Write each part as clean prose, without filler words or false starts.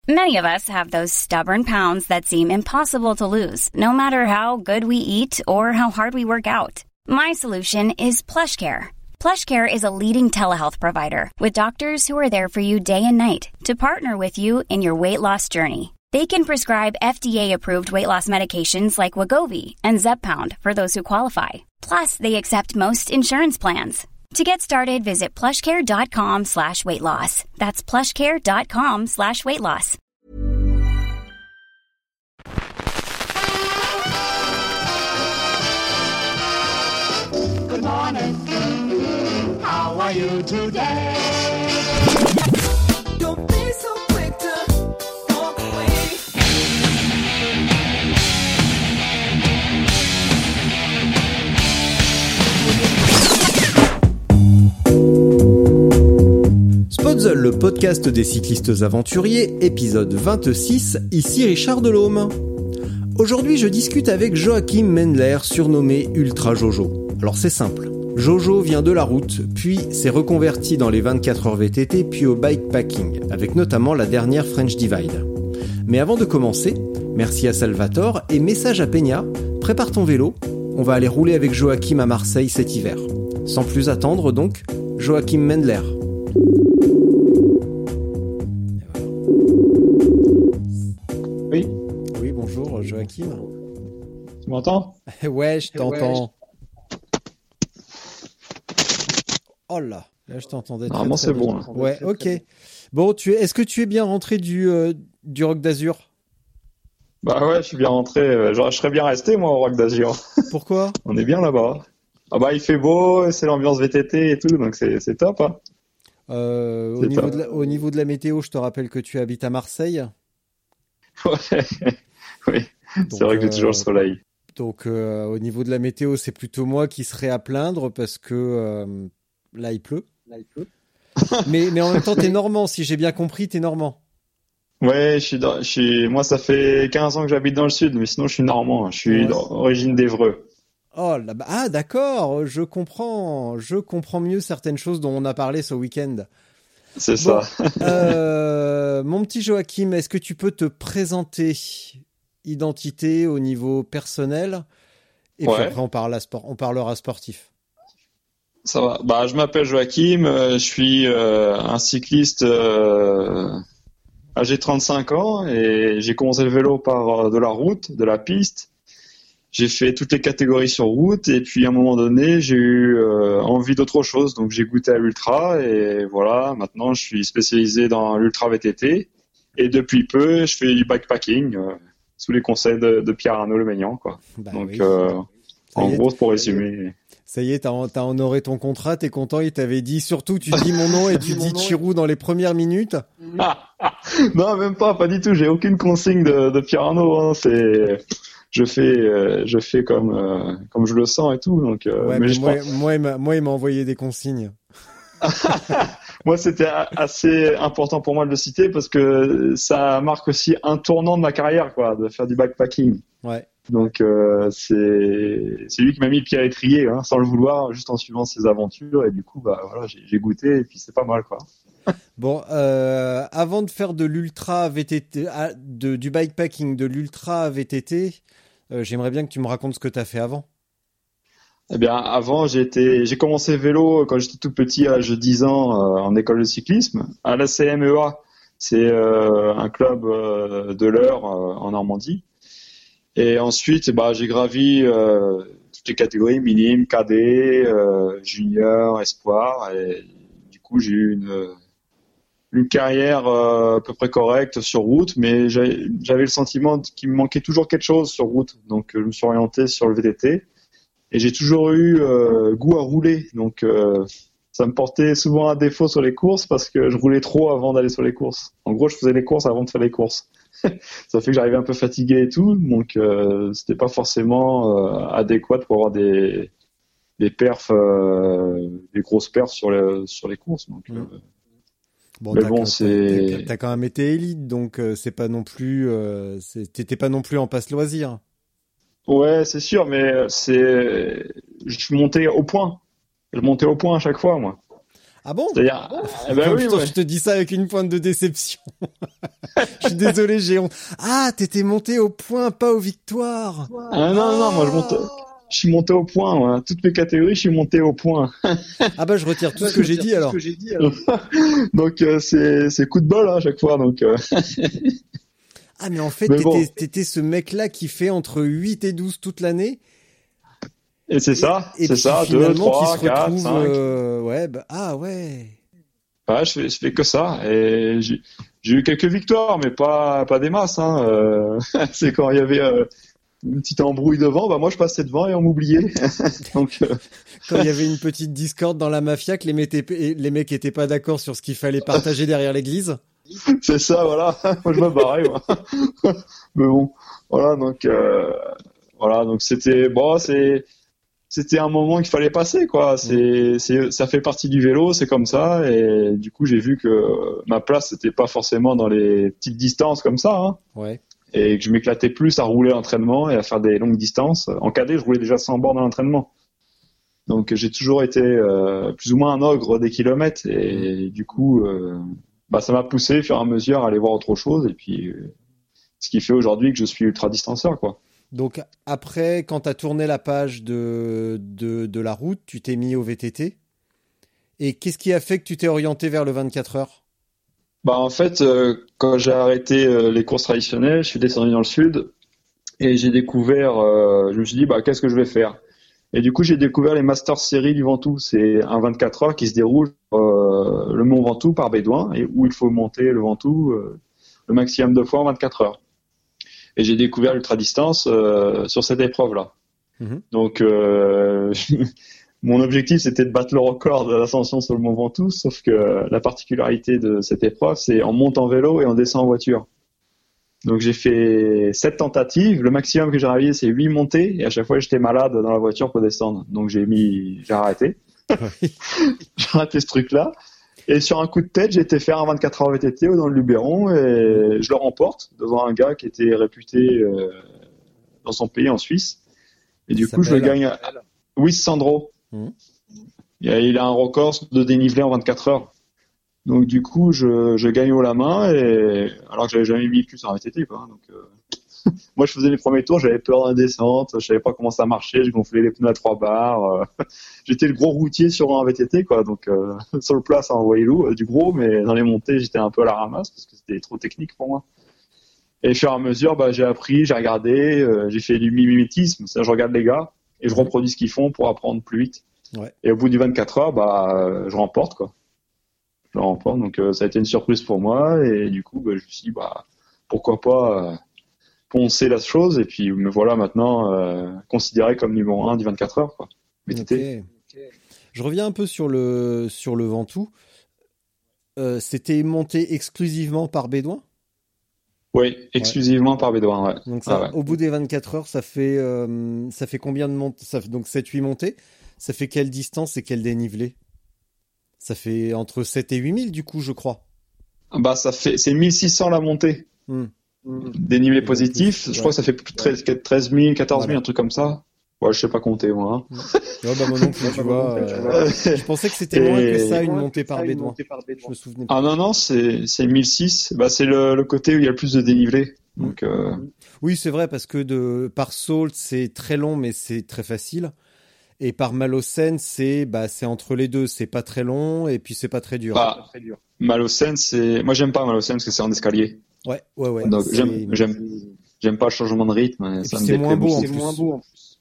Many of us have those stubborn pounds that seem impossible to lose, no matter how good we eat or how hard we work out. My solution is PlushCare. PlushCare is a leading telehealth provider with doctors who are there for you day and night to partner with you in your weight loss journey. They can prescribe FDA-approved weight loss medications like Wegovy and Zepbound for those who qualify. Plus, they accept most insurance plans. To get started, visit plushcare.com/weightloss. That's plushcare.com/weightloss. Good morning. How are you today? Don't be so quick to walk away. Spotzel, le podcast des cyclistes aventuriers, épisode 26, ici Richard Delhomme. Aujourd'hui, je discute avec Joachim Mendler, surnommé Ultra Jojo. Alors c'est simple, Jojo vient de la route, puis s'est reconverti dans les 24 heures VTT, puis au bikepacking, avec notamment la dernière French Divide. Mais avant de commencer, merci à Salvatore et message à Peña, prépare ton vélo, on va aller rouler avec Joachim à Marseille cet hiver. Sans plus attendre donc, Joachim Mendler. Oui. Oui, bonjour Joachim. Tu m'entends ? Ouais, je t'entends. Oh là je t'entendais. Normalement, très c'est bien. bon. Là. Ouais, ok. Bon, est-ce que tu es bien rentré du Rock d'Azur ? Bah ouais, je suis bien rentré. Je serais bien resté, moi, au Rock d'Azur. Pourquoi ? On est bien là-bas. Ah bah, il fait beau, c'est l'ambiance VTT et tout, donc c'est top. Hein. Au niveau de la météo, je te rappelle que tu habites à Marseille. Ouais, oui. Donc, c'est vrai que j'ai toujours le soleil. Donc, au niveau de la météo, c'est plutôt moi qui serais à plaindre parce que là, il pleut. mais en même temps, t'es normand, si j'ai bien compris, t'es normand. Ouais, moi, ça fait 15 ans que j'habite dans le sud, mais sinon, je suis normand. Je suis d'origine d'Évreux. Oh là, ah d'accord, je comprends mieux certaines choses dont on a parlé ce week-end. C'est ça. Mon petit Joachim, est-ce que tu peux te présenter, identité au niveau personnel, et puis après on parlera sportif. Ça va. Bah, je m'appelle Joachim, je suis un cycliste âgé 35 ans et j'ai commencé le vélo par de la route, de la piste. J'ai fait toutes les catégories sur route et puis à un moment donné, j'ai eu envie d'autre chose. Donc j'ai goûté à l'ultra et voilà, maintenant je suis spécialisé dans l'ultra VTT et depuis peu, je fais du bikepacking sous les conseils de Pierre Arnaud Le Maignan, quoi. Bah, donc oui. En gros, pour résumer. Ça y est, t'as honoré ton contrat, t'es content, il t'avait dit, surtout tu dis mon nom et tu dis Chirou dans les premières minutes. Non, même pas du tout, j'ai aucune consigne de Pierre Arnaud, hein. Je fais comme je le sens et tout, donc. Ouais, mais moi, il m'a envoyé des consignes. Moi, c'était assez important pour moi de le citer parce que ça marque aussi un tournant de ma carrière, quoi, de faire du bikepacking. Ouais. Donc c'est lui qui m'a mis le pied à l'étrier, hein, sans le vouloir, juste en suivant ses aventures et du coup bah voilà, j'ai goûté et puis c'est pas mal, quoi. Bon, avant de faire de l'ultra VTT, du bikepacking, de l'ultra VTT, j'aimerais bien que tu me racontes ce que tu as fait avant. Eh bien, avant, j'ai commencé le vélo quand j'étais tout petit, à l'âge de 10 ans, en école de cyclisme, à la CMEA. C'est un club de l'Eure en Normandie. Et ensuite, bah, j'ai gravi toutes les catégories, minime, cadet, junior, espoir. Et du coup, j'ai eu une carrière à peu près correcte sur route, mais j'avais le sentiment qu'il me manquait toujours quelque chose sur route. Donc, je me suis orienté sur le VTT. Et j'ai toujours eu goût à rouler. Donc, ça me portait souvent à défaut sur les courses parce que je roulais trop avant d'aller sur les courses. En gros, je faisais les courses avant de faire les courses. Ça fait que j'arrivais un peu fatigué et tout, donc c'était pas forcément adéquat pour avoir des perfs, des grosses perfs sur les courses. Donc, bon, t'as quand même été élite, donc c'est pas non plus, t'étais pas non plus en passe loisir. Ouais, c'est sûr, mais je montais au point. Je montais au point à chaque fois, moi. Ah bon? C'est-à-dire, eh ben oui, Putain, ouais. je te dis ça avec une pointe de déception. Je suis désolé, j'ai honte. Ah, t'étais monté au point, pas aux victoires. Ah non, moi je suis monté au point, moi. Toutes mes catégories, je suis monté au point. Ah bah, je retire tout ce que j'ai dit alors. Donc c'est coup de bol hein, à chaque fois. Donc Ah, mais en fait, Mais bon. t'étais ce mec-là qui fait entre 8 et 12 toute l'année. et c'est ça, Et c'est puis ça, 2, finalement, 3, qui se 4, retrouve, 5. ouais, bah, ah ouais. Ouais, je fais que ça. Et j'ai eu quelques victoires, mais pas des masses. Hein. C'est quand il y avait une petite embrouille devant, bah moi je passais devant et on m'oubliait. Donc Quand il y avait une petite discorde dans la mafia, que les mecs étaient pas d'accord sur ce qu'il fallait partager derrière l'église. c'est ça, voilà. Moi je me barrais. Moi. Mais bon, voilà. Donc c'était un moment qu'il fallait passer, quoi. Ça fait partie du vélo, c'est comme ça. Et du coup, j'ai vu que ma place, c'était pas forcément dans les petites distances comme ça, hein. Ouais. Et que je m'éclatais plus à rouler à l'entraînement et à faire des longues distances. En cadet, je roulais déjà 100 bornes à l'entraînement. Donc j'ai toujours été plus ou moins un ogre des kilomètres. Et du coup, ça m'a poussé au fur et à mesure à aller voir autre chose. Et puis, ce qui fait aujourd'hui que je suis ultra distanceur, quoi. Donc après, quand t'as tourné la page de la route, tu t'es mis au VTT. Et qu'est-ce qui a fait que tu t'es orienté vers le 24 heures? Bah en fait, quand j'ai arrêté les courses traditionnelles, je suis descendu dans le sud et j'ai découvert, je me suis dit bah qu'est-ce que je vais faire? Et du coup j'ai découvert les Masters Series du Ventoux. C'est un 24 heures qui se déroule le Mont Ventoux par Bédouin et où il faut monter le Ventoux le maximum de fois en 24 heures. Et j'ai découvert l'ultra-distance sur cette épreuve-là. Mhm. Donc mon objectif, c'était de battre le record de l'ascension sur le Mont Ventoux, sauf que la particularité de cette épreuve, c'est on monte en vélo et on descend en voiture. Donc j'ai fait 7 tentatives, le maximum que j'ai réalisé, c'est 8 montées, et à chaque fois, j'étais malade dans la voiture pour descendre. Donc j'ai arrêté. J'ai arrêté ce truc-là. Et sur un coup de tête, j'ai été faire un 24 heures VTT dans le Luberon, et je le remporte devant un gars qui était réputé dans son pays, en Suisse. Et du coup, je le gagne. Luis Sandro. Mhm. Il a un record de dénivelé en 24 heures. Donc du coup, je gagne haut la main, et alors que j'avais jamais mis le cul sur un VTT, quoi. Donc moi, je faisais les premiers tours, j'avais peur de la descente, je savais pas comment ça marchait, je gonflais les pneus à 3 barres. J'étais le gros routier sur un VTT, quoi. Donc sur le plat, ça envoyait du gros, mais dans les montées, j'étais un peu à la ramasse parce que c'était trop technique pour moi. Et au fur et à mesure, j'ai appris, j'ai regardé, j'ai fait du mimétisme, ça, je regarde les gars et je reproduis ce qu'ils font pour apprendre plus vite. Ouais. Et au bout du 24 heures, je remporte, quoi. Je remporte, donc ça a été une surprise pour moi, et du coup, je me suis dit, pourquoi pas poncer la chose, et puis me voilà maintenant considéré comme numéro 1 du 24 heures, quoi. VTT. Ok. Je reviens un peu sur le Ventoux. C'était monté exclusivement par Bédouin? Oui, exclusivement par Bédouin, ouais. Donc ça, ouais. au bout des 24 heures, ça fait combien de montées? Donc 7-8 montées. Ça fait quelle distance et quel dénivelé? Ça fait entre 7 et 8 000 du coup, je crois. C'est 1600 la montée. Dénivelé positif, je crois que ça fait plus de 13 000, 14 000, un truc comme ça. Ouais, je sais pas compter, moi. Hein. Moi non plus, tu vois. Je pensais que c'était moins que ça, une montée par Bédouin. Je me souvenais pas. Ah non, c'est 1006. C'est le côté où il y a le plus de dénivelé. Donc, Oui, c'est vrai, parce que par Sault, c'est très long, mais c'est très facile. Et par Malocène, c'est entre les deux. C'est pas très long, et puis c'est pas très dur. Malocène, moi j'aime pas Malocène parce que c'est en escalier. Ouais. Donc j'aime pas le changement de rythme. Ça me c'est moins beau, c'est moins beau en plus.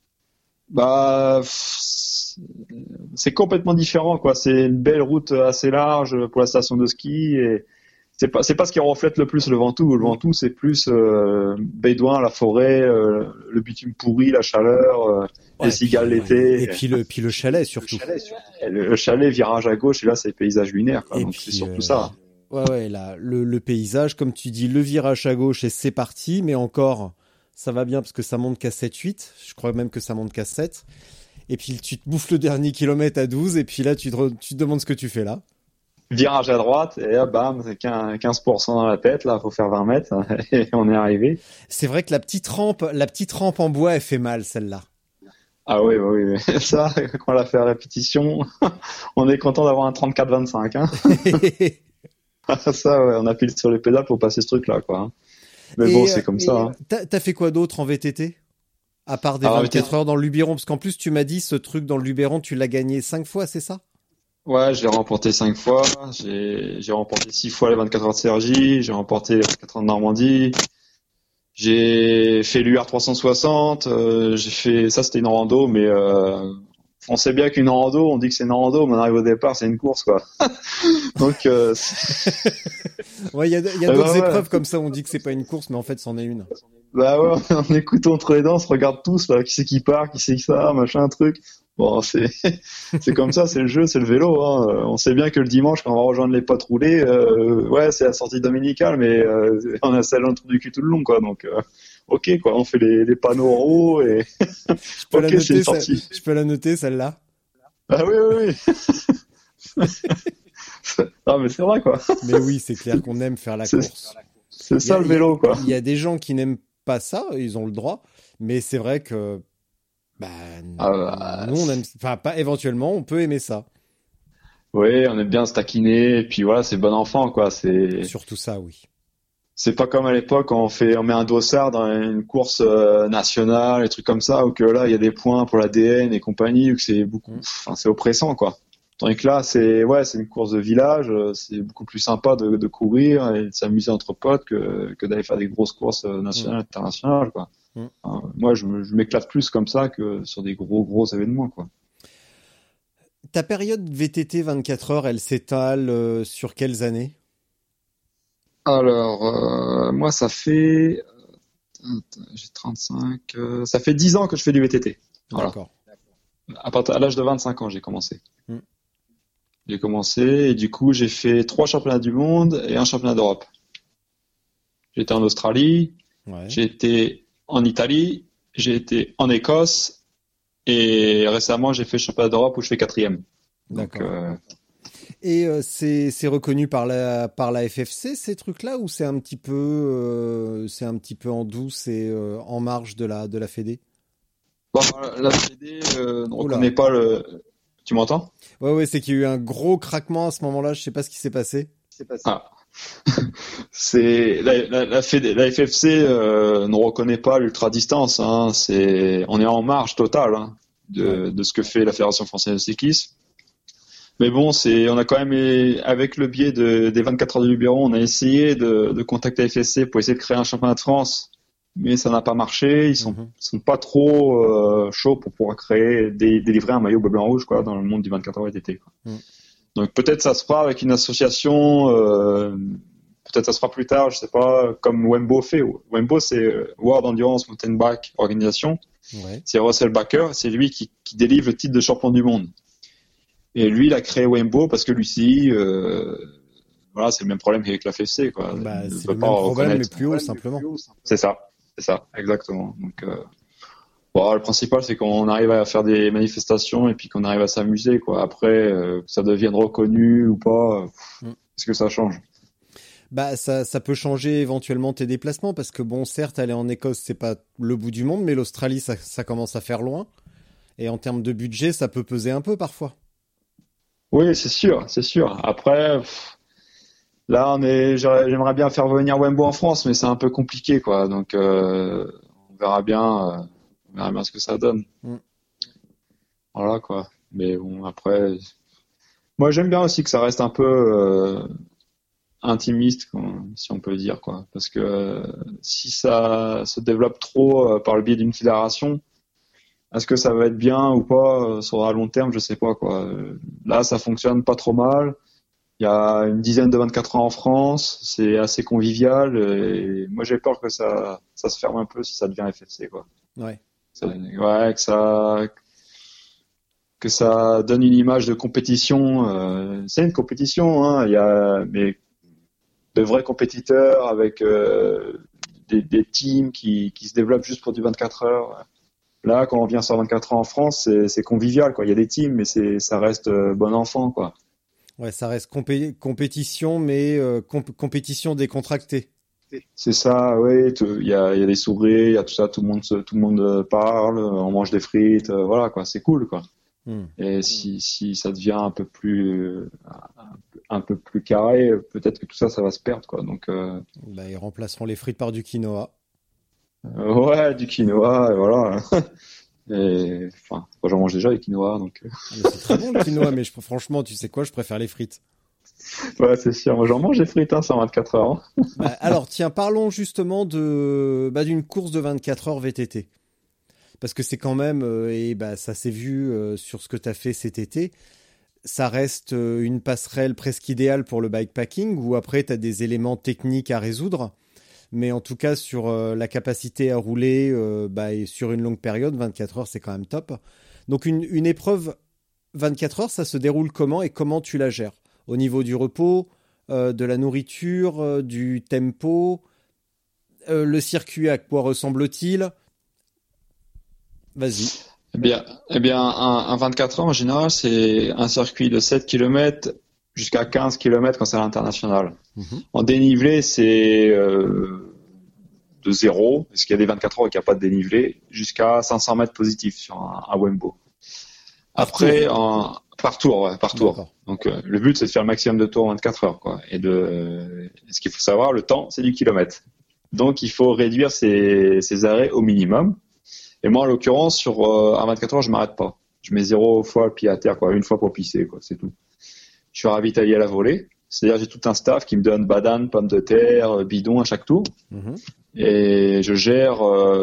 C'est complètement différent, quoi. C'est une belle route assez large pour la station de ski, et c'est pas ce qui reflète le plus le Ventoux. Le Ventoux, c'est plus Bédouin, la forêt, le bitume pourri, la chaleur, les cigales l'été. Et puis le chalet surtout. Le chalet, virage à gauche, et là c'est paysage lunaire, quoi. Donc c'est surtout ça. Ouais, là, le paysage, comme tu dis, le virage à gauche, et c'est parti, mais encore, ça va bien parce que ça monte qu'à 7-8, je crois même que ça monte qu'à 7, et puis tu te bouffes le dernier kilomètre à 12, et puis là, tu te demandes ce que tu fais là. Virage à droite, et là, bam, c'est 15% dans la tête, là, faut faire 20 mètres, et on est arrivé. C'est vrai que la petite rampe en bois, elle fait mal, celle-là. Ah oui, oui, oui. Ça, quand on l'a fait à répétition, on est content d'avoir un 34-25, hein. Ça, ouais, on appuie sur les pédales pour passer ce truc-là, quoi, hein. Mais bon, c'est comme ça, hein. T'as fait quoi d'autre en VTT? À part des Alors, 24 heures dans le Luberon, parce qu'en plus tu m'as dit ce truc dans le Luberon, tu l'as gagné 5 fois, c'est ça? Ouais, je l'ai remporté 5 fois. J'ai remporté 6 fois les 24 heures de Cergy. J'ai remporté les 24 heures de Normandie. J'ai fait l'UR 360. J'ai fait, ça c'était une rando, mais on sait bien qu'une rando, on dit que c'est une rando, mais on arrive au départ, c'est une course, quoi. Donc, Ouais, il y a d'autres épreuves comme ça, on dit que c'est pas une course, mais en fait c'en est une. bah ouais, on écoute entre les dents, on se regarde tous, là, qui c'est qui part, qui c'est ça, machin, truc. Bon, c'est comme ça, c'est le jeu, c'est le vélo, hein. On sait bien que le dimanche, quand on va rejoindre les potes roulés, ouais, c'est la sortie dominicale, mais on a celle dans le trou du cul tout le long, quoi. Donc, ok, quoi, on fait les panneaux en haut et Je peux ok, la c'est noter, une sortie. je peux la noter celle-là. Ah oui, oui, oui. Ah, mais c'est vrai, quoi. Mais oui, c'est clair qu'on aime faire la C'est course. c'est ça le vélo, quoi. Il y a des gens qui n'aiment pas ça, ils ont le droit, mais c'est vrai que bah, Ah, nous on aime, enfin pas éventuellement, on peut aimer ça. oui, on aime bien se taquiner, et puis voilà, c'est bon enfant, quoi. Surtout ça, oui. C'est pas comme à l'époque quand on met un dossard dans une course nationale, et trucs comme ça, où que là il y a des points pour l'ADN et compagnie, où que c'est beaucoup, enfin c'est oppressant, quoi. Tandis que là c'est une course de village, c'est beaucoup plus sympa de courir et de s'amuser entre potes que d'aller faire des grosses courses nationales, internationales, quoi. Mm. Enfin, moi je m'éclate plus comme ça que sur des gros événements, quoi. Ta période VTT 24 heures, elle s'étale sur quelles années? Alors moi ça fait j'ai 35, ça fait 10 ans que je fais du VTT. Voilà. D'accord. À l'âge de 25 ans, j'ai commencé. Mm. J'ai commencé et du coup, j'ai fait 3 championnats du monde et un championnat d'Europe. J'ai été en Australie, Ouais. j'ai été en Italie, j'ai été en Écosse et récemment, j'ai fait le championnat d'Europe où je fais 4e. Donc, D'accord. Et c'est reconnu par la FFC ces trucs-là ou c'est un petit peu en douce et en marge de la Fédé? bon, la Fédé ne Oula. reconnaît pas le... Tu m'entends? Ouais, c'est qu'il y a eu un gros craquement à ce moment-là. Je sais pas ce qui s'est passé. Ah. C'est la FFC ne reconnaît pas l'ultra distance, hein. On est en marge totale, hein, de ce que fait la Fédération française de cyclisme. Mais bon, on a quand même, avec le biais des 24 heures du Luberon, on a essayé de contacter la FFC pour essayer de créer un championnat de France, mais ça n'a pas marché. Ils sont pas trop chauds pour pouvoir délivrer un maillot bleu blanc rouge, quoi, dans le monde du 24 heures VTT, quoi. Mm. Donc peut-être ça se fera avec une association, peut-être ça se fera plus tard, je sais pas, comme Wembo fait. Wembo, c'est World Endurance Mountain Bike Organisation. Ouais. C'est Russell Baker, c'est lui qui délivre le titre de champion du monde. Et lui, il a créé Wembo parce que lui-ci, voilà, c'est le même problème qu'avec la FFC, quoi. Bah, Il ne c'est veut le pas même problème, mais reconnaître. plus haut, simplement. C'est ça, exactement. Donc, bon, le principal, c'est qu'on arrive à faire des manifestations et puis qu'on arrive à s'amuser, quoi. Après, que ça devienne reconnu ou pas, qu'est-ce que ça change? Bah, ça peut changer éventuellement tes déplacements parce que bon, certes, aller en Écosse, c'est pas le bout du monde, mais l'Australie, ça commence à faire loin. Et en termes de budget, ça peut peser un peu parfois. Oui, c'est sûr, c'est sûr. Après, là, j'aimerais bien faire venir Wembo en France, mais c'est un peu compliqué, quoi. Donc, on verra bien ce que ça donne. Mm. Voilà, quoi. Mais bon, après, moi, j'aime bien aussi que ça reste un peu intimiste, quoi, si on peut dire, quoi. Parce que si ça se développe trop par le biais d'une fédération, est-ce que ça va être bien ou pas sur à long terme, je sais pas, quoi. Là, ça fonctionne pas trop mal. Il y a une dizaine de 24 heures en France, c'est assez convivial et moi j'ai peur que ça se ferme un peu si ça devient FFC, quoi. Ouais. Ouais, que ça donne une image de compétition. C'est une compétition, hein. Il y a mais de vrais compétiteurs avec des teams qui se développent juste pour du 24 heures. Là, quand on vient sur 24 heures en France, c'est convivial, quoi. Il y a des teams, mais ça reste bon enfant, quoi. Ouais, ça reste compétition, mais compétition décontractée. C'est ça, oui. Il y a des souris, il y a tout ça, tout le monde parle, on mange des frites, voilà quoi, c'est cool quoi. Et si ça devient un peu plus carré, peut-être que tout ça va se perdre quoi. Donc Ils remplaceront les frites par du quinoa. ouais, du quinoa, et voilà. Et enfin, moi, j'en mange déjà les quinoa, donc. Mais c'est très bon le quinoa, mais franchement, tu sais quoi, je préfère les frites. Ouais, c'est sûr. Moi, j'en mange des frites, 124 heures. Alors, tiens, parlons justement d'une course de 24 heures VTT. Parce que c'est quand même, ça s'est vu sur ce que tu as fait cet été, ça reste une passerelle presque idéale pour le bikepacking, où après, tu as des éléments techniques à résoudre. Mais en tout cas, sur la capacité à rouler et sur une longue période, 24 heures, c'est quand même top. Donc, une épreuve 24 heures, ça se déroule comment et comment tu la gères? Au niveau du repos, de la nourriture, du tempo, le circuit, à quoi ressemble-t-il? Vas-y. Eh bien, un 24 heures, en général, c'est un circuit de 7 km jusqu'à 15 km quand c'est à l'international. En dénivelé, c'est de 0, parce qu'il y a des 24 heures qui n'ont pas de dénivelé, jusqu'à 500 mètres positifs sur un Wembo. Après, par tour. Donc, le but, c'est de faire le maximum de tours en 24 heures, quoi. Et ce qu'il faut savoir, le temps, c'est du kilomètre. Donc, il faut réduire ses arrêts au minimum. Et moi, en l'occurrence, sur un 24 heures, je m'arrête pas. Je mets 0 fois le pied à terre, quoi. Une fois pour pisser, quoi. C'est tout. Je suis ravitaillé à la volée. C'est-à-dire, j'ai tout un staff qui me donne banane, pommes de terre, bidon à chaque tour. Et je gère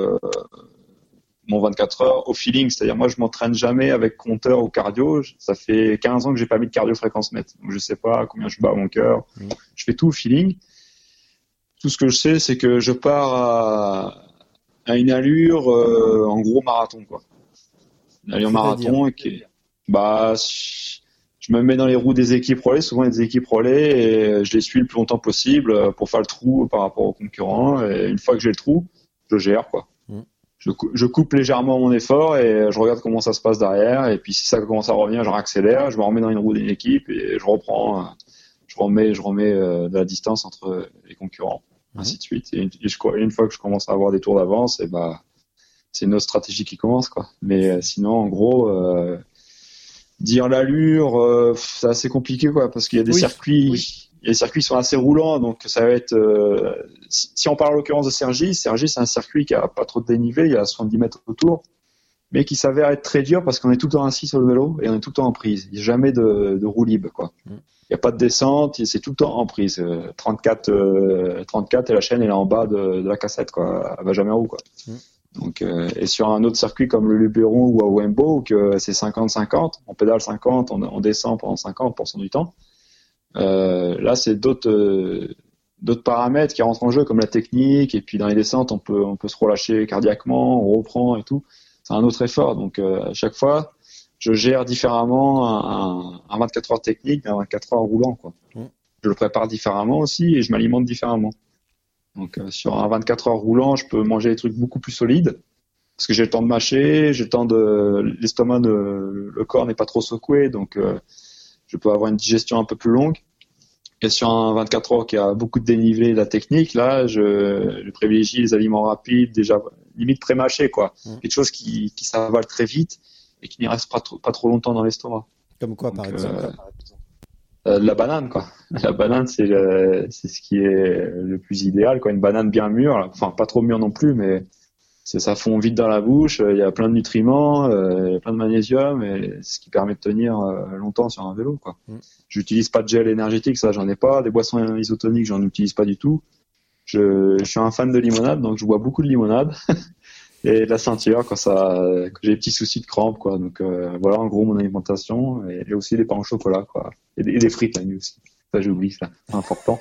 mon 24 heures au feeling. C'est-à-dire, moi, je m'entraîne jamais avec compteur ou cardio. Ça fait 15 ans que j'ai pas mis de cardio fréquence mètre. Donc, je sais pas combien je bats à mon cœur. Je fais tout au feeling. Tout ce que je sais, c'est que je pars à une allure, en gros, marathon, quoi. Une allure marathon, je me mets dans les roues des équipes relais, souvent des équipes relais, et je les suis le plus longtemps possible pour faire le trou par rapport aux concurrents. Et une fois que j'ai le trou, je gère, quoi. Je coupe légèrement mon effort et je regarde comment ça se passe derrière. Et puis si ça commence à revenir, je réaccélère, je me remets dans une roue d'une équipe et je reprends, je remets de la distance entre les concurrents, ainsi de suite. Et une fois que je commence à avoir des tours d'avance, c'est une autre stratégie qui commence, quoi. Mais sinon, en gros, dire l'allure, c'est assez compliqué, quoi, parce qu'il y a des circuits. Les circuits sont assez roulants, donc ça va être. Si on parle en l'occurrence de Cergy, c'est un circuit qui a pas trop de dénivelé, il y a 70 mètres autour, mais qui s'avère être très dur parce qu'on est tout le temps assis sur le vélo et on est tout le temps en prise. Il n'y a jamais de roue libre, quoi. Il n'y a pas de descente, c'est tout le temps en prise. 34 et la chaîne elle est en bas de la cassette, quoi. Elle va jamais en haut, quoi. Donc, et sur un autre circuit comme le Luberon ou à Wembo, que c'est 50-50, on pédale 50, on descend pendant 50% du temps. Là, c'est d'autres paramètres qui rentrent en jeu, comme la technique, et puis dans les descentes, on peut se relâcher cardiaquement, on reprend et tout. C'est un autre effort. Donc, à chaque fois, je gère différemment un 24 heures technique d'un 24 heures roulant, quoi. Je le prépare différemment aussi et je m'alimente différemment. Donc, sur un 24 heures roulant, je peux manger des trucs beaucoup plus solides parce que j'ai le temps de mâcher, j'ai le temps l'estomac, le corps n'est pas trop secoué, donc je peux avoir une digestion un peu plus longue. Et sur un 24 heures qui a beaucoup de dénivelé et de la technique, là, je privilégie les aliments rapides, déjà limite pré-mâchés, quoi. Quelque chose qui s'avale très vite et qui n'y reste pas trop longtemps dans l'estomac. Comme quoi, par exemple? La banane, quoi. La banane, c'est ce qui est le plus idéal, quoi. Une banane bien mûre, enfin pas trop mûre non plus, mais ça fond vite dans la bouche. Il y a plein de nutriments, plein de magnésium, et ce qui permet de tenir longtemps sur un vélo, quoi. J'utilise pas de gel énergétique, ça j'en ai pas. Des boissons isotoniques, j'en utilise pas du tout. Je suis un fan de limonade, donc je bois beaucoup de limonade. Et de la ceinture quand j'ai des petits soucis de crampes, quoi. Donc voilà en gros mon alimentation, et aussi des pains au chocolat, quoi. Et des frites la nuit aussi. Ça j'oublie, ça. C'est important.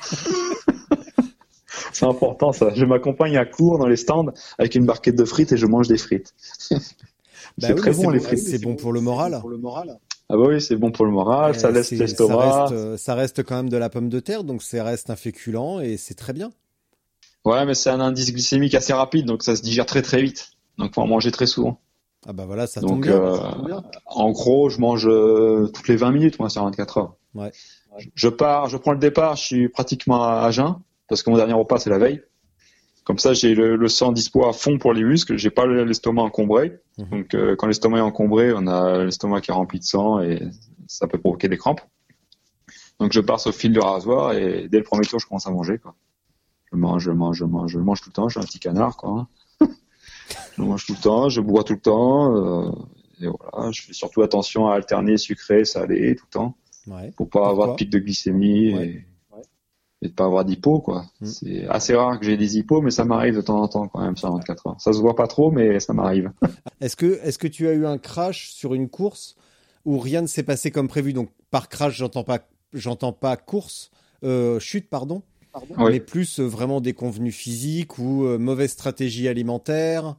C'est important, ça. Je m'accompagne à court dans les stands avec une barquette de frites et je mange des frites. C'est très bon, les frites. C'est bon pour le moral. Ah bah oui, c'est bon pour le moral, ça laisse l'estomac. Ça reste quand même de la pomme de terre, donc ça reste un féculent et c'est très bien. Ouais, mais c'est un indice glycémique assez rapide, donc ça se digère très très vite. Donc faut en manger très souvent. Ah bah voilà, ça tombe bien. En gros, je mange toutes les 20 minutes, moi, sur 24 heures. Ouais. Je prends le départ, je suis pratiquement à jeun. parce que mon dernier repas c'est la veille. Comme ça, j'ai le sang dispo à fond pour les muscles. J'ai pas l'estomac encombré. Donc, quand l'estomac est encombré, on a l'estomac qui est rempli de sang et ça peut provoquer des crampes. Donc, je passe au fil du rasoir et dès le premier tour, je commence à manger, quoi. Je mange tout le temps. Je suis un petit canard, quoi. Je mange tout le temps, je bois tout le temps. Et voilà, je fais surtout attention à alterner sucré, salé tout le temps. Ouais. Pour pas avoir de pic de glycémie et de pas avoir d'hypo, quoi. C'est assez rare que j'ai des hypos, mais ça m'arrive de temps en temps quand même sur 24 heures. Ça se voit pas trop, mais ça m'arrive. Est-ce que tu as eu un crash sur une course où rien ne s'est passé comme prévu? Donc par crash, j'entends pas course, chute, pardon. Oui. Mais plus vraiment déconvenus physiques ou mauvaise stratégie alimentaire.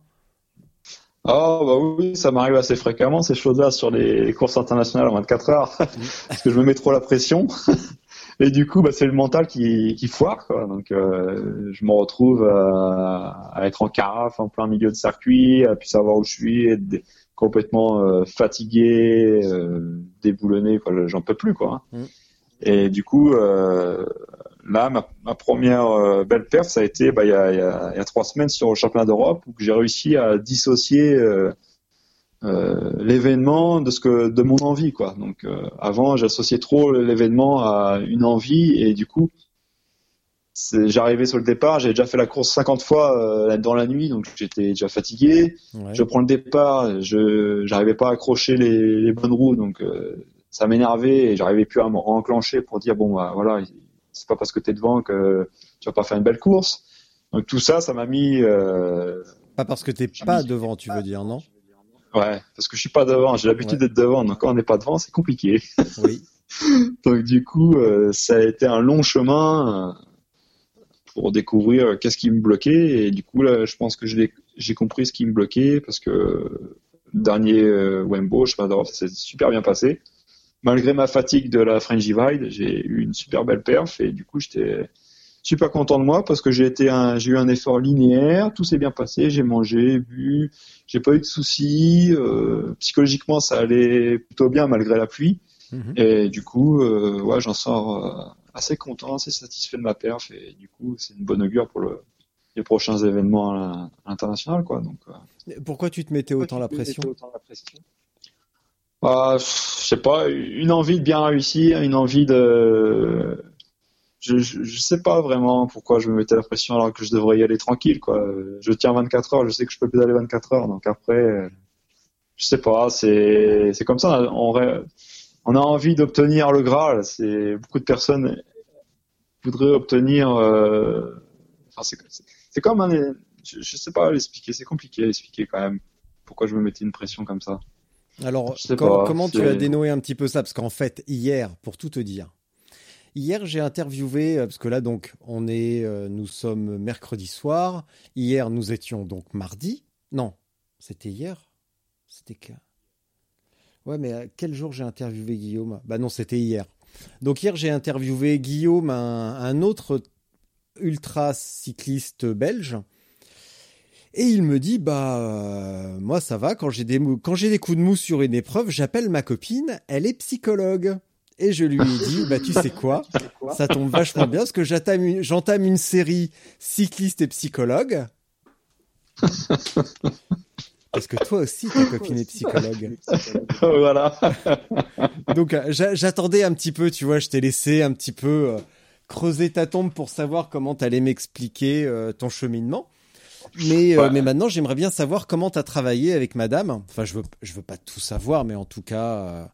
Oh, bah oui, ça m'arrive assez fréquemment, ces choses-là, sur les courses internationales en 24 heures. Parce que je me mets trop la pression. Et du coup, bah, c'est le mental qui foire, quoi. Donc, je me retrouve à être en carafe, en plein milieu de circuit, à plus savoir où je suis, être complètement fatigué, déboulonné, quoi. J'en peux plus, quoi. Et du coup, là, ma première belle perte, ça a été, il y a 3 semaines sur le championnat d'Europe, où j'ai réussi à dissocier l'événement de mon envie, quoi. Donc avant, j'associais trop l'événement à une envie et du coup, j'arrivais sur le départ, j'avais déjà fait la course 50 fois dans la nuit, donc j'étais déjà fatigué. Ouais. Je prends le départ, j'arrivais pas à accrocher les bonnes roues, donc ça m'énervait et j'arrivais plus à me enclencher pour dire bon bah voilà, c'est pas parce que t'es devant que tu vas pas faire une belle course. Donc tout ça, ça m'a mis. Pas parce que t'es pas devant, tu veux dire, non? Ouais, parce que je suis pas devant, j'ai l'habitude d'être devant, donc quand on n'est pas devant, c'est compliqué. Oui. Donc du coup, ça a été un long chemin pour découvrir qu'est-ce qui me bloquait, et du coup là, je pense que j'ai compris ce qui me bloquait, parce que le dernier Wembo, je sais pas, ça s'est super bien passé. Malgré ma fatigue de la Frangivide, j'ai eu une super belle perf, et du coup j'étais super content de moi parce que j'ai eu un effort linéaire, tout s'est bien passé, j'ai mangé, bu, j'ai pas eu de soucis, psychologiquement ça allait plutôt bien malgré la pluie, et du coup ouais, j'en sors assez content, assez satisfait de ma perf, et du coup c'est une bonne augure pour les prochains événements à l'international, quoi. Donc pourquoi tu te mettais autant la pression? Je sais pas, une envie de bien réussir, une envie de je sais pas vraiment pourquoi je me mettais la pression alors que je devrais y aller tranquille, quoi. Je tiens 24 heures, je sais que je peux pédaler 24 heures, donc après, je sais pas, c'est comme ça, on a envie d'obtenir le Graal, beaucoup de personnes voudraient obtenir, c'est comme je sais pas l'expliquer, c'est compliqué à expliquer quand même, pourquoi je me mettais une pression comme ça. Alors, comment tu as dénoué un petit peu ça? Parce qu'en fait, hier, pour tout te dire, j'ai interviewé, parce que là, donc, nous sommes mercredi soir. Hier, nous étions donc mardi. Non, c'était hier. C'était que... Ouais, mais quel jour j'ai interviewé Guillaume? Bah non, c'était hier. Donc hier, j'ai interviewé Guillaume, un autre ultra cycliste belge. Et il me dit, moi ça va, quand j'ai des coups de mou sur une épreuve, j'appelle ma copine, elle est psychologue. Et je lui ai dit, tu sais quoi, ça tombe vachement bien parce que j'entame une série cycliste et psychologue. Parce que toi aussi, ta copine est psychologue. Voilà. Donc j'attendais un petit peu, tu vois, je t'ai laissé un petit peu creuser ta tombe pour savoir comment t'allais m'expliquer ton cheminement. Mais maintenant, j'aimerais bien savoir comment tu as travaillé avec madame. Enfin, je veux pas tout savoir, mais en tout cas...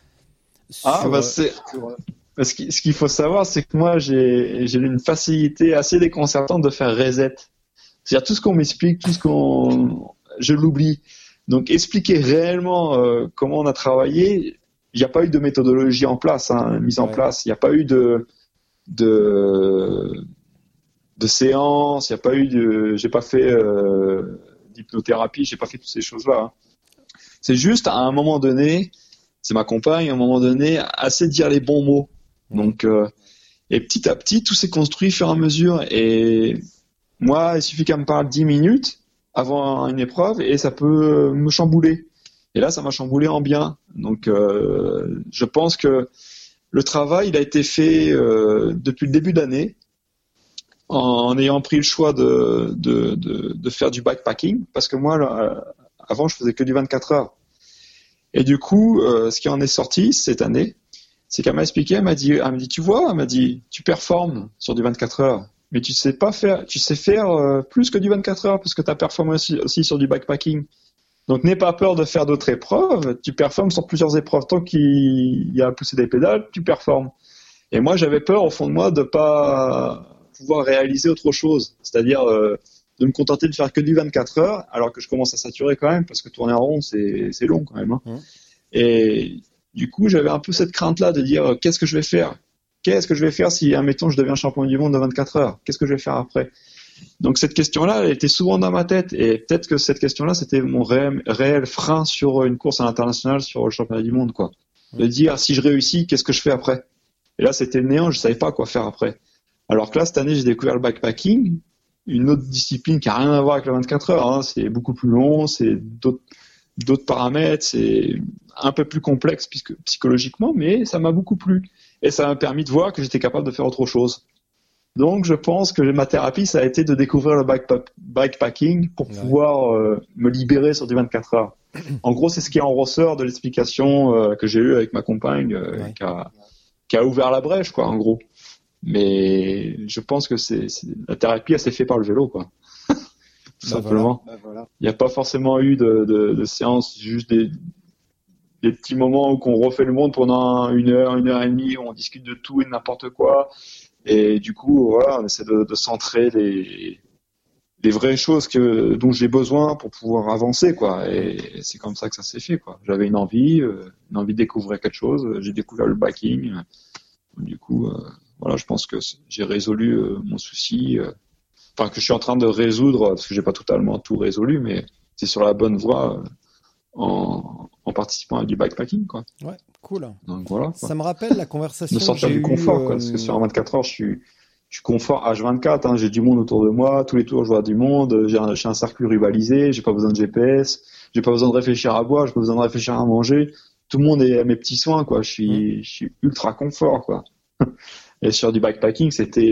Ce qu'il faut savoir, c'est que moi, j'ai une facilité assez déconcertante de faire reset. C'est-à-dire, tout ce qu'on m'explique, je l'oublie. Donc, expliquer réellement comment on a travaillé, il n'y a pas eu de méthodologie en place, mise en place. Il n'y a pas eu de séance, il n'y a pas eu j'ai pas fait d'hypnothérapie, j'ai pas fait toutes ces choses-là. C'est juste à un moment donné, c'est ma compagne, à un moment donné, assez dire les bons mots. Donc, et petit à petit, tout s'est construit au fur et à mesure. Et moi, il suffit qu'elle me parle 10 minutes avant une épreuve et ça peut me chambouler. Et là, ça m'a chamboulé en bien. Donc, je pense que le travail, il a été fait depuis le début de l'année. en ayant pris le choix de faire du bikepacking, parce que moi, là, avant, je faisais que du 24 heures. Et du coup, ce qui en est sorti cette année, c'est qu'elle m'a expliqué, elle m'a dit, tu vois, elle m'a dit, tu performes sur du 24 heures, mais tu sais faire plus que du 24 heures, parce que tu as performé aussi sur du bikepacking. Donc, n'aie pas peur de faire d'autres épreuves, tu performes sur plusieurs épreuves. Tant qu'il y a à pousser des pédales, tu performes. Et moi, j'avais peur, au fond de moi, de pas pouvoir réaliser autre chose. C'est-à-dire, de me contenter de faire que du 24 heures, alors que je commence à saturer quand même, parce que tourner en rond, c'est long quand même, hein. Et du coup, j'avais un peu cette crainte-là de dire, qu'est-ce que je vais faire? Qu'est-ce que je vais faire si, admettons, je deviens champion du monde de 24 heures? Qu'est-ce que je vais faire après? Donc cette question-là, elle était souvent dans ma tête, et peut-être que cette question-là, c'était mon réel frein sur une course à l'international, sur le championnat du monde, quoi. De dire, si je réussis, qu'est-ce que je fais après? Et là, c'était le néant, je savais pas quoi faire après. Alors que là, cette année, j'ai découvert le bikepacking, une autre discipline qui a rien à voir avec le 24 heures, hein. C'est beaucoup plus long, c'est d'autres paramètres, c'est un peu plus complexe psychologiquement, mais ça m'a beaucoup plu. Et ça m'a permis de voir que j'étais capable de faire autre chose. Donc, je pense que ma thérapie, ça a été de découvrir le bikepacking pour pouvoir me libérer sur du 24 heures. En gros, c'est ce qui en ressort de l'explication que j'ai eue avec ma compagne, qui a ouvert la brèche, quoi, en gros. Mais je pense que la thérapie, elle s'est faite par le vélo, quoi. Tout simplement. Voilà. Il n'y a pas forcément eu de séance, juste des petits moments où on refait le monde pendant une heure et demie, où on discute de tout et de n'importe quoi. Et du coup, voilà, on essaie de centrer les vraies choses dont j'ai besoin pour pouvoir avancer, quoi. Et c'est comme ça que ça s'est fait, quoi. J'avais une envie de découvrir quelque chose. J'ai découvert le biking. Du coup, voilà, je pense que j'ai résolu mon souci. Enfin, que je suis en train de résoudre, parce que j'ai pas totalement tout résolu, mais c'est sur la bonne voie en participant à du bikepacking, quoi. Ouais, cool. Donc voilà, quoi. Ça me rappelle la conversation Me sortir que j'ai du confort, eue, quoi, parce que sur un 24 heures, je suis confort H24, hein, j'ai du monde autour de moi, tous les tours je vois du monde, j'ai un circuit rivalisé, j'ai pas besoin de GPS, j'ai pas besoin de réfléchir à boire, j'ai pas besoin de réfléchir à manger, tout le monde est à mes petits soins, quoi, je suis ultra confort, quoi. Et sur du bikepacking, c'était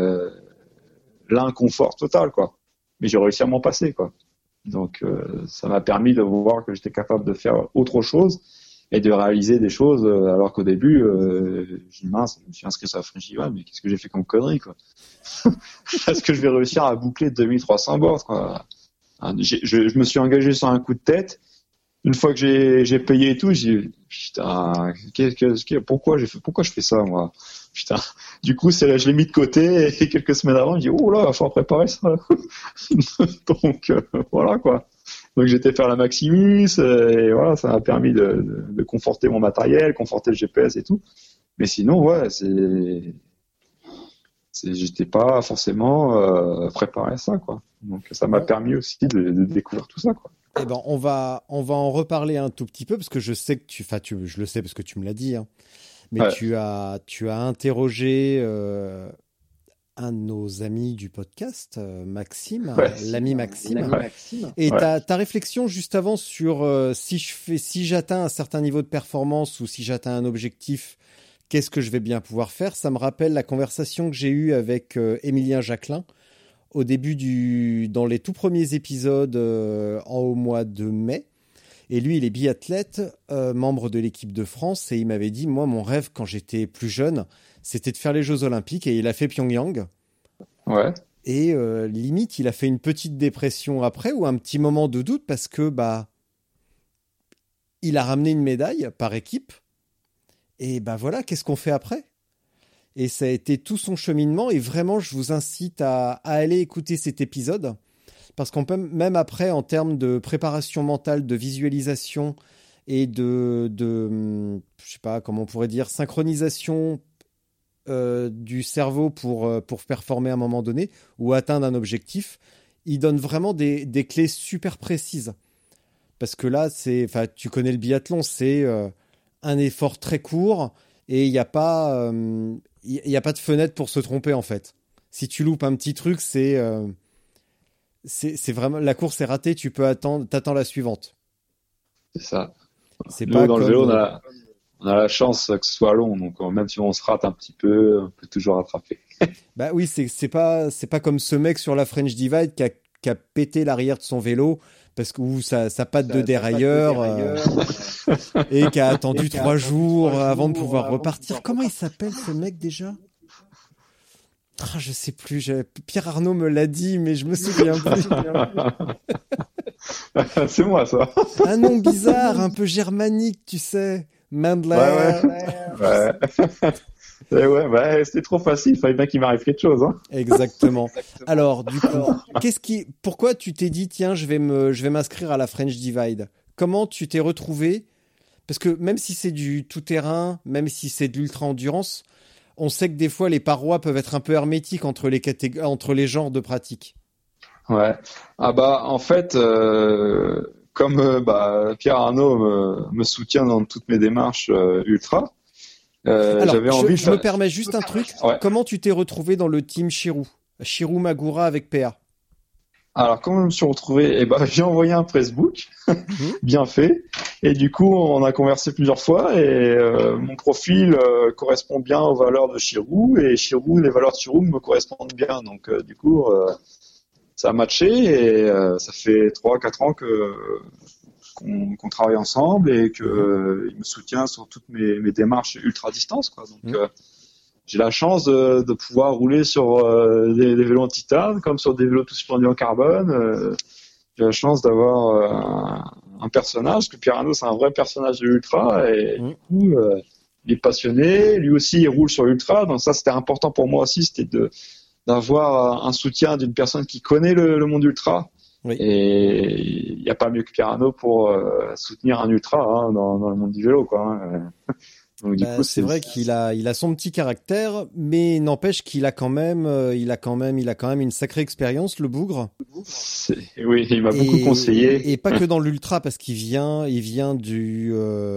l'inconfort total, quoi. Mais j'ai réussi à m'en passer, quoi. Donc ça m'a permis de voir que j'étais capable de faire autre chose et de réaliser des choses, alors qu'au début, j'ai dit mince, je me suis inscrit sur la Frenchival, mais qu'est-ce que j'ai fait comme connerie, quoi. Est-ce que je vais réussir à boucler 2300 bords, quoi. Je me suis engagé sur un coup de tête. Une fois que j'ai payé et tout, j'ai dit putain, pourquoi je fais ça, moi? Putain. Du coup, je l'ai mis de côté et quelques semaines avant, je dis oh là, il faut préparer ça. Donc voilà, quoi. Donc j'étais faire la Maximus et voilà, ça m'a permis de conforter mon matériel, conforter le GPS et tout. Mais sinon, ouais, j'étais pas forcément préparé à ça, quoi. Donc ça m'a permis aussi de découvrir tout ça, quoi. Eh ben, on va en reparler un tout petit peu parce que je sais que je le sais parce que tu me l'as dit, hein. Mais Ouais. tu as interrogé un de nos amis du podcast, Maxime, l'ami Maxime. Et ta réflexion juste avant sur si j'atteins un certain niveau de performance ou si j'atteins un objectif, qu'est-ce que je vais bien pouvoir faire? Ça me rappelle la conversation que j'ai eue avec Émilien Jacquelin au début dans les tout premiers épisodes au mois de mai. Et lui, il est biathlète, membre de l'équipe de France, et il m'avait dit, moi, mon rêve quand j'étais plus jeune, c'était de faire les Jeux Olympiques, et il a fait Pyongyang. Ouais. Et limite, il a fait une petite dépression après, ou un petit moment de doute, parce que il a ramené une médaille par équipe, et voilà, qu'est-ce qu'on fait après? Et ça a été tout son cheminement, et vraiment, je vous incite à aller écouter cet épisode, parce qu'on peut, même après, en termes de préparation mentale, de visualisation et de je sais pas comment on pourrait dire, synchronisation du cerveau pour performer à un moment donné ou atteindre un objectif, il donne vraiment des clés super précises. Parce que là, tu connais le biathlon, c'est un effort très court et il n'y a pas de fenêtre pour se tromper, en fait. Si tu loupes un petit truc, c'est vraiment, la course est ratée, tu peux t'attends la suivante. C'est ça. C'est Nous, pas dans comme... le vélo, on a la chance que ce soit long, donc même si on se rate un petit peu, on peut toujours rattraper. Bah oui, c'est pas comme ce mec sur la French Divide qui a pété l'arrière de son vélo parce que sa patte de dérailleur et qui a attendu 3 jours avant de pouvoir repartir. Comment il s'appelle ce mec déjà? Je sais plus. Pierre Arnaud me l'a dit, mais je me souviens plus. C'est moi, ça. Un nom bizarre, un peu germanique, tu sais. Mandler. Ouais, c'était trop facile. Il fallait bien qu'il m'arrive quelque chose, hein. Exactement. Alors, du coup, pourquoi tu t'es dit, tiens, je vais m'inscrire à la French Divide? Comment tu t'es retrouvé? Parce que même si c'est du tout-terrain, même si c'est de l'ultra-endurance, on sait que des fois, les parois peuvent être un peu hermétiques entre les genres de pratique. Ouais. En fait, comme Pierre Arnaud me soutient dans toutes mes démarches ultra, alors, j'avais envie je me permets juste un truc. Ouais. Comment tu t'es retrouvé dans le team Chirou Magura avec PA? Alors, comment je me suis retrouvé? J'ai envoyé un Facebook, bien fait, et du coup, on a conversé plusieurs fois, et mon profil correspond bien aux valeurs de Chirou, et les valeurs de Chirou me correspondent bien, donc du coup, ça a matché, et ça fait 3-4 ans qu'on travaille ensemble, et qu'il me soutient sur toutes mes démarches ultra distance, quoi. Donc, j'ai la chance de pouvoir rouler sur des vélos en titane, comme sur des vélos tout suspendus en carbone. J'ai la chance d'avoir un personnage, parce que Pierre Arnaud, c'est un vrai personnage de l'ultra, et du coup, il est passionné. Lui aussi, il roule sur l'ultra, donc ça, c'était important pour moi aussi, c'était d'avoir un soutien d'une personne qui connaît le monde ultra. Oui. Et il n'y a pas mieux que Pierre Arnaud pour soutenir un ultra dans le monde du vélo, quoi. Hein. Donc, du coup, c'est vrai qu'il a son petit caractère, mais n'empêche qu'il a quand même une sacrée expérience, le bougre. Oui, il m'a beaucoup conseillé. Et pas que dans l'ultra, parce qu'il vient il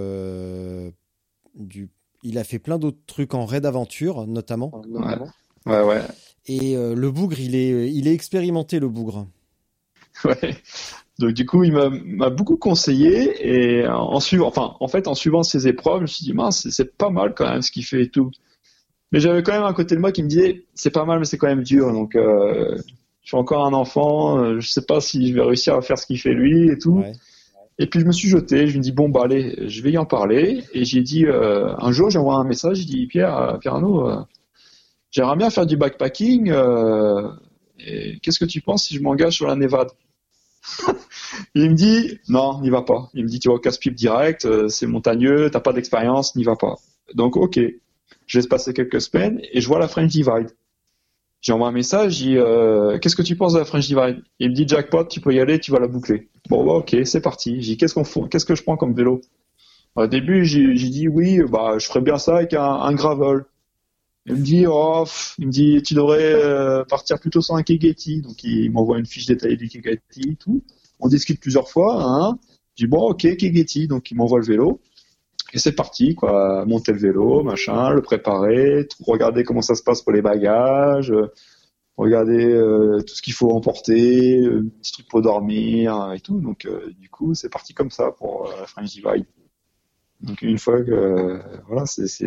a fait plein d'autres trucs en raid aventure, notamment. Ouais. Et le bougre, il est expérimenté, le bougre. Ouais. Donc du coup, il m'a beaucoup conseillé, et en suivant ses épreuves, je me suis dit, mince, c'est pas mal quand même ce qu'il fait et tout. Mais j'avais quand même un côté de moi qui me disait, c'est pas mal, mais c'est quand même dur. Donc je suis encore un enfant, je sais pas si je vais réussir à faire ce qu'il fait lui et tout. Ouais. Et puis je me suis jeté, je me dis, bon allez, je vais y en parler. Et j'ai dit, un jour, j'ai envoyé un message, j'ai dit, Pierre Arnaud, j'aimerais bien faire du backpacking. Et qu'est-ce que tu penses si je m'engage sur la Nevada? Il me dit non, n'y va pas. Il me dit tu vas au casse-pipe direct, c'est montagneux, t'as pas d'expérience, n'y va pas. Donc ok, je laisse passer quelques semaines et je vois la French Divide. J'envoie un message, je dis qu'est-ce que tu penses de la French Divide? Il me dit jackpot, tu peux y aller, tu vas la boucler. Bon ok, c'est parti. J'ai dit qu'est-ce que je prends comme vélo? Au début j'ai dit oui, je ferais bien ça avec un gravel. Il me dit, tu devrais partir plutôt sur un Kegeti. Donc, il m'envoie une fiche détaillée du Kegeti et tout. On discute plusieurs fois, hein. Je dis, bon, ok, Kegeti. Donc, il m'envoie le vélo. Et c'est parti, quoi. Monter le vélo, machin, le préparer, regarder comment ça se passe pour les bagages, regarder tout ce qu'il faut emporter, petits trucs pour dormir et tout. Donc, du coup, c'est parti comme ça pour la French Divide. Donc, une fois que, voilà,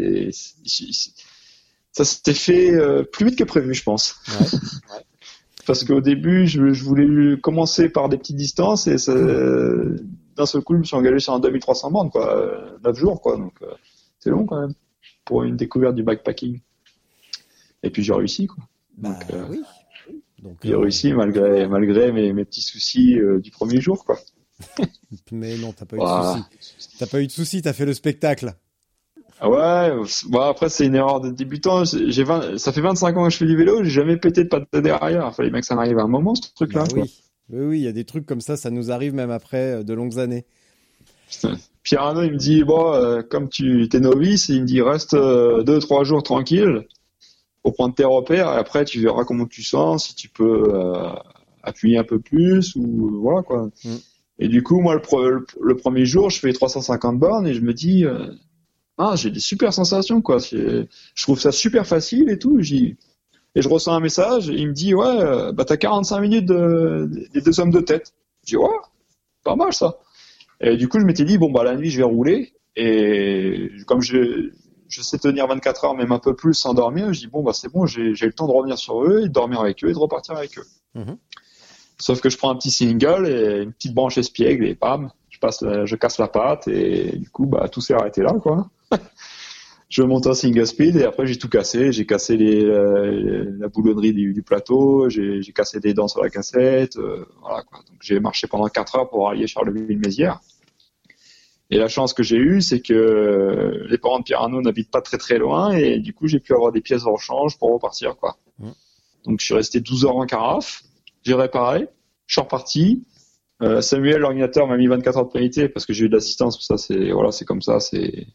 ça s'était fait plus vite que prévu, je pense. Ouais. Parce qu'au début, je voulais commencer par des petites distances et d'un seul coup, je me suis engagé sur un 2300 bornes, quoi, 9 jours, quoi. Donc, c'est long quand même pour une découverte du backpacking. Et puis j'ai réussi, quoi. Oui. Donc, j'ai réussi malgré mes petits soucis du premier jour, quoi. Mais non, t'as pas eu de soucis. T'as pas eu de soucis, t'as fait le spectacle. Ouais, après c'est une erreur de débutant. Ça fait 25 ans que je fais du vélo, j'ai jamais pété de patte de derrière. Il fallait bien que ça m'arrive à un moment, ce truc-là. Oui, il y a des trucs comme ça nous arrive même après de longues années. Putain. Pierre Arnaud, il me dit, comme tu t'es novice, il me dit, reste 2-3 jours tranquille pour prendre tes repères et après tu verras comment tu sens, si tu peux appuyer un peu plus ou voilà, quoi. Et du coup, moi, le premier jour, je fais 350 bornes et je me dis, j'ai des super sensations, quoi. Je trouve ça super facile et tout. Et je reçois un message, et il me dit, t'as 45 minutes des 2 hommes de tête. Je dis, ouais, pas mal ça. Et du coup, je m'étais dit, la nuit, je vais rouler. Et comme je je sais tenir 24 heures, même un peu plus sans dormir. Je dis bon, bah c'est bon, j'ai le temps de revenir sur eux, et de dormir avec eux et de repartir avec eux. Mhm. Sauf que je prends un petit single et une petite branche espiègle et bam, je casse la patte et du coup, bah tout s'est arrêté là, quoi. Je monte en single speed et après j'ai tout cassé. J'ai cassé la boulonnerie du plateau, j'ai cassé des dents sur la cassette, voilà quoi. Donc j'ai marché pendant 4 heures pour allier Charleville-Mézières. Et la chance que j'ai eue, c'est que les parents de Pierre Arnaud n'habitent pas très très loin et du coup j'ai pu avoir des pièces de rechange pour repartir, quoi. Donc je suis resté 12 heures en carafe, j'ai réparé, je suis reparti. Samuel, l'ordinateur, m'a mis 24 heures de pénalité parce que j'ai eu de l'assistance. Ça c'est voilà, c'est comme ça, c'est